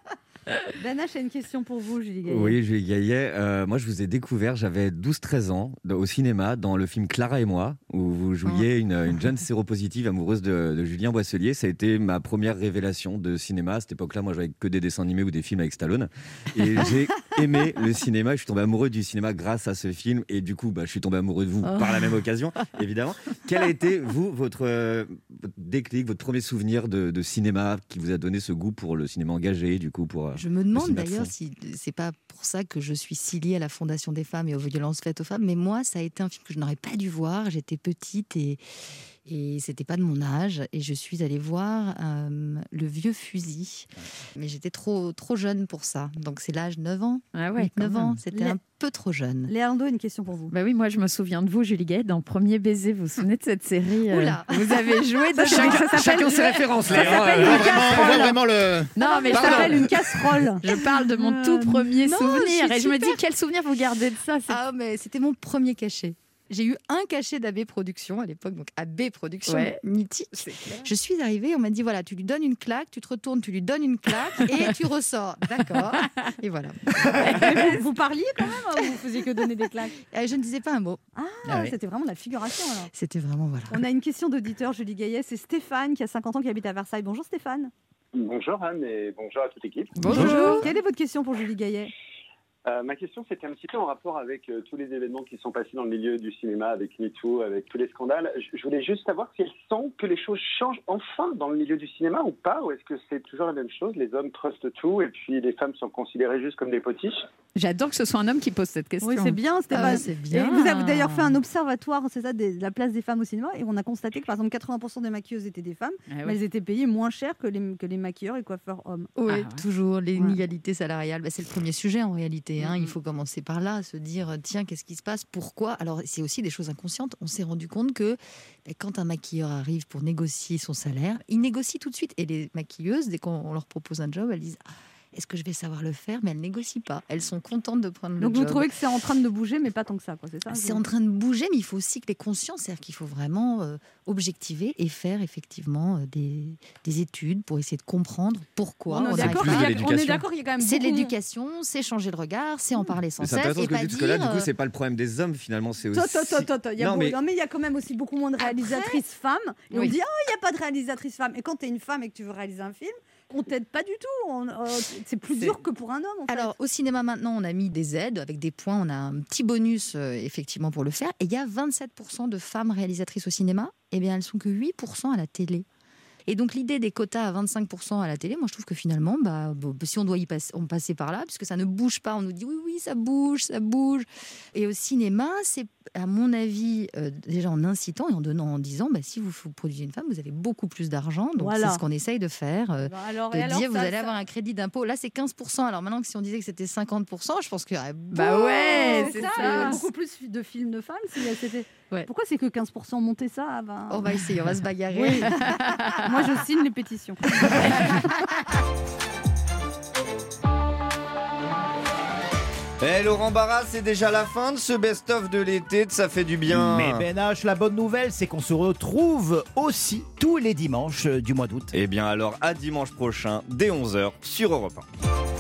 Ben H a une question pour vous, Julie Gaillet. Oui, Julie Gaillet. Moi, je vous ai découvert, j'avais 12-13 ans, au cinéma, dans le film Clara et moi, où vous jouiez une jeune séropositive amoureuse de Julien Boisselier. Ça a été ma première révélation de cinéma. À cette époque-là, moi, je voyais que des dessins animés ou des films avec Stallone. Et j'ai aimé le cinéma. Je suis tombé amoureux du cinéma grâce à ce film. Et du coup, je suis tombé amoureux de vous par la même occasion, évidemment. Quel a été, vous, votre déclic, votre premier souvenir de cinéma qui vous a donné ce goût pour le cinéma engagé, du coup, pour Je me demande d'ailleurs si c'est pas pour ça que je suis si liée à la Fondation des femmes et aux violences faites aux femmes. Mais moi, ça a été un film que je n'aurais pas dû voir. J'étais petite et c'était pas de mon âge. Et je suis allée voir Le Vieux Fusil. Mais j'étais trop jeune pour ça. Donc c'est l'âge 9 ans. Ah ouais, 9 ans, c'était un peu trop jeune. Léandro, une question pour vous. Bah oui, moi je me souviens de vous, Julie Gaillet, dans Premier baiser. Vous vous souvenez de cette série Oula. Vous avez joué de Chacun ses références. Ça s'appelle une casserole. On voit vraiment le... Non, mais Ça s'appelle une casserole. je parle de mon tout premier non, souvenir. je Et suis je me dis, super. quel souvenir vous gardez de ça? Ah, mais c'était mon premier cachet. J'ai eu un cachet d'AB Productions à l'époque, donc AB Productions, Ouais. mythique. Je suis arrivée, on m'a dit voilà, tu lui donnes une claque, tu te retournes, tu lui donnes une claque et tu ressors. D'accord. Et voilà. Vous parliez quand même ou vous faisiez que donner des claques? Je ne disais pas un mot. Ah, c'était vraiment de la figuration alors. C'était vraiment, voilà. On a une question d'auditeur, Julie Gaillet. C'est Stéphane qui a 50 ans qui habite à Versailles. Bonjour Stéphane. Bonjour Anne et bonjour à toute l'équipe. Bonjour. Quelle est votre question pour Julie Gaillet? Ma question, c'était un petit peu en rapport avec tous les événements qui sont passés dans le milieu du cinéma, avec MeToo, avec tous les scandales. Je voulais juste savoir si elle sent que les choses changent enfin dans le milieu du cinéma ou pas, ou est-ce que c'est toujours la même chose, les hommes trustent tout et puis les femmes sont considérées juste comme des potiches? J'adore que ce soit un homme qui pose cette question. Oui, c'est bien, Stéphane. c'est bien. Et vous avez d'ailleurs fait un observatoire, c'est ça, de la place des femmes au cinéma, et on a constaté que par exemple 80% des maquilleuses étaient des femmes, Ah ouais. mais elles étaient payées moins cher que les maquilleurs et coiffeurs hommes. Oui, Ah, toujours l'inégalité salariale. C'est le premier sujet en réalité. Il faut commencer par là, se dire tiens, qu'est-ce qui se passe? Pourquoi? Alors, c'est aussi des choses inconscientes. On s'est rendu compte que quand un maquilleur arrive pour négocier son salaire, il négocie tout de suite. Et les maquilleuses, dès qu'on leur propose un job, elles disent est-ce que je vais savoir le faire? Mais elles négocient pas. Elles sont contentes de prendre le job. Donc vous trouvez que c'est en train de bouger, mais pas tant que ça, quoi, c'est ça? C'est en train de bouger, mais il faut aussi que les consciences, c'est-à-dire qu'il faut vraiment objectiver et faire effectivement des études pour essayer de comprendre pourquoi. On est d'accord qu'il y a quand même C'est de beaucoup- l'éducation, c'est changer le regard, c'est en parler sans Mais c'est cesse. intéressant Et ce que vous pas dites, parce que là, du dire, coup, c'est pas le problème des hommes, finalement, c'est aussi... Il y a Non, mais- non, mais il y a quand même aussi beaucoup moins de réalisatrices femmes. Et on Oui. dit il n'y a pas de réalisatrice femme. Et quand tu es une femme et que tu veux réaliser un film, on t'aide pas du tout. C'est plus dur que pour un homme. En fait. Alors, au cinéma, maintenant, on a mis des aides avec des points. On a un petit bonus, effectivement, pour le faire. Et il y a 27% de femmes réalisatrices au cinéma. Eh bien, elles sont que 8% à la télé. Et donc, l'idée des quotas à 25% à la télé, moi, je trouve que finalement, si on doit on passer par là, puisque ça ne bouge pas, on nous dit oui, ça bouge, ça bouge. Et au cinéma, c'est, à mon avis, déjà en incitant et en disant, si vous produisez une femme, vous avez beaucoup plus d'argent. Donc, Voilà. c'est ce qu'on essaye de faire. Alors, De et alors, dire, vous ça- allez ça- avoir un crédit d'impôt. Là, c'est 15%. Alors maintenant, si on disait que c'était 50%, je pense qu'il y aurait Bah ouais, c'est c'est ça. ça. Il y aurait beaucoup plus de films de femmes. C'était... Ouais. Pourquoi c'est que 15% monter ça à 20? On va essayer, on va se bagarrer. Oui. Moi, je signe les pétitions. Laurent Barra, c'est déjà la fin de ce best-of de l'été, de Ça fait du bien. Mais Ben H, la bonne nouvelle, c'est qu'on se retrouve aussi tous les dimanches du mois d'août. Eh bien alors, à dimanche prochain, dès 11h, sur Europe 1.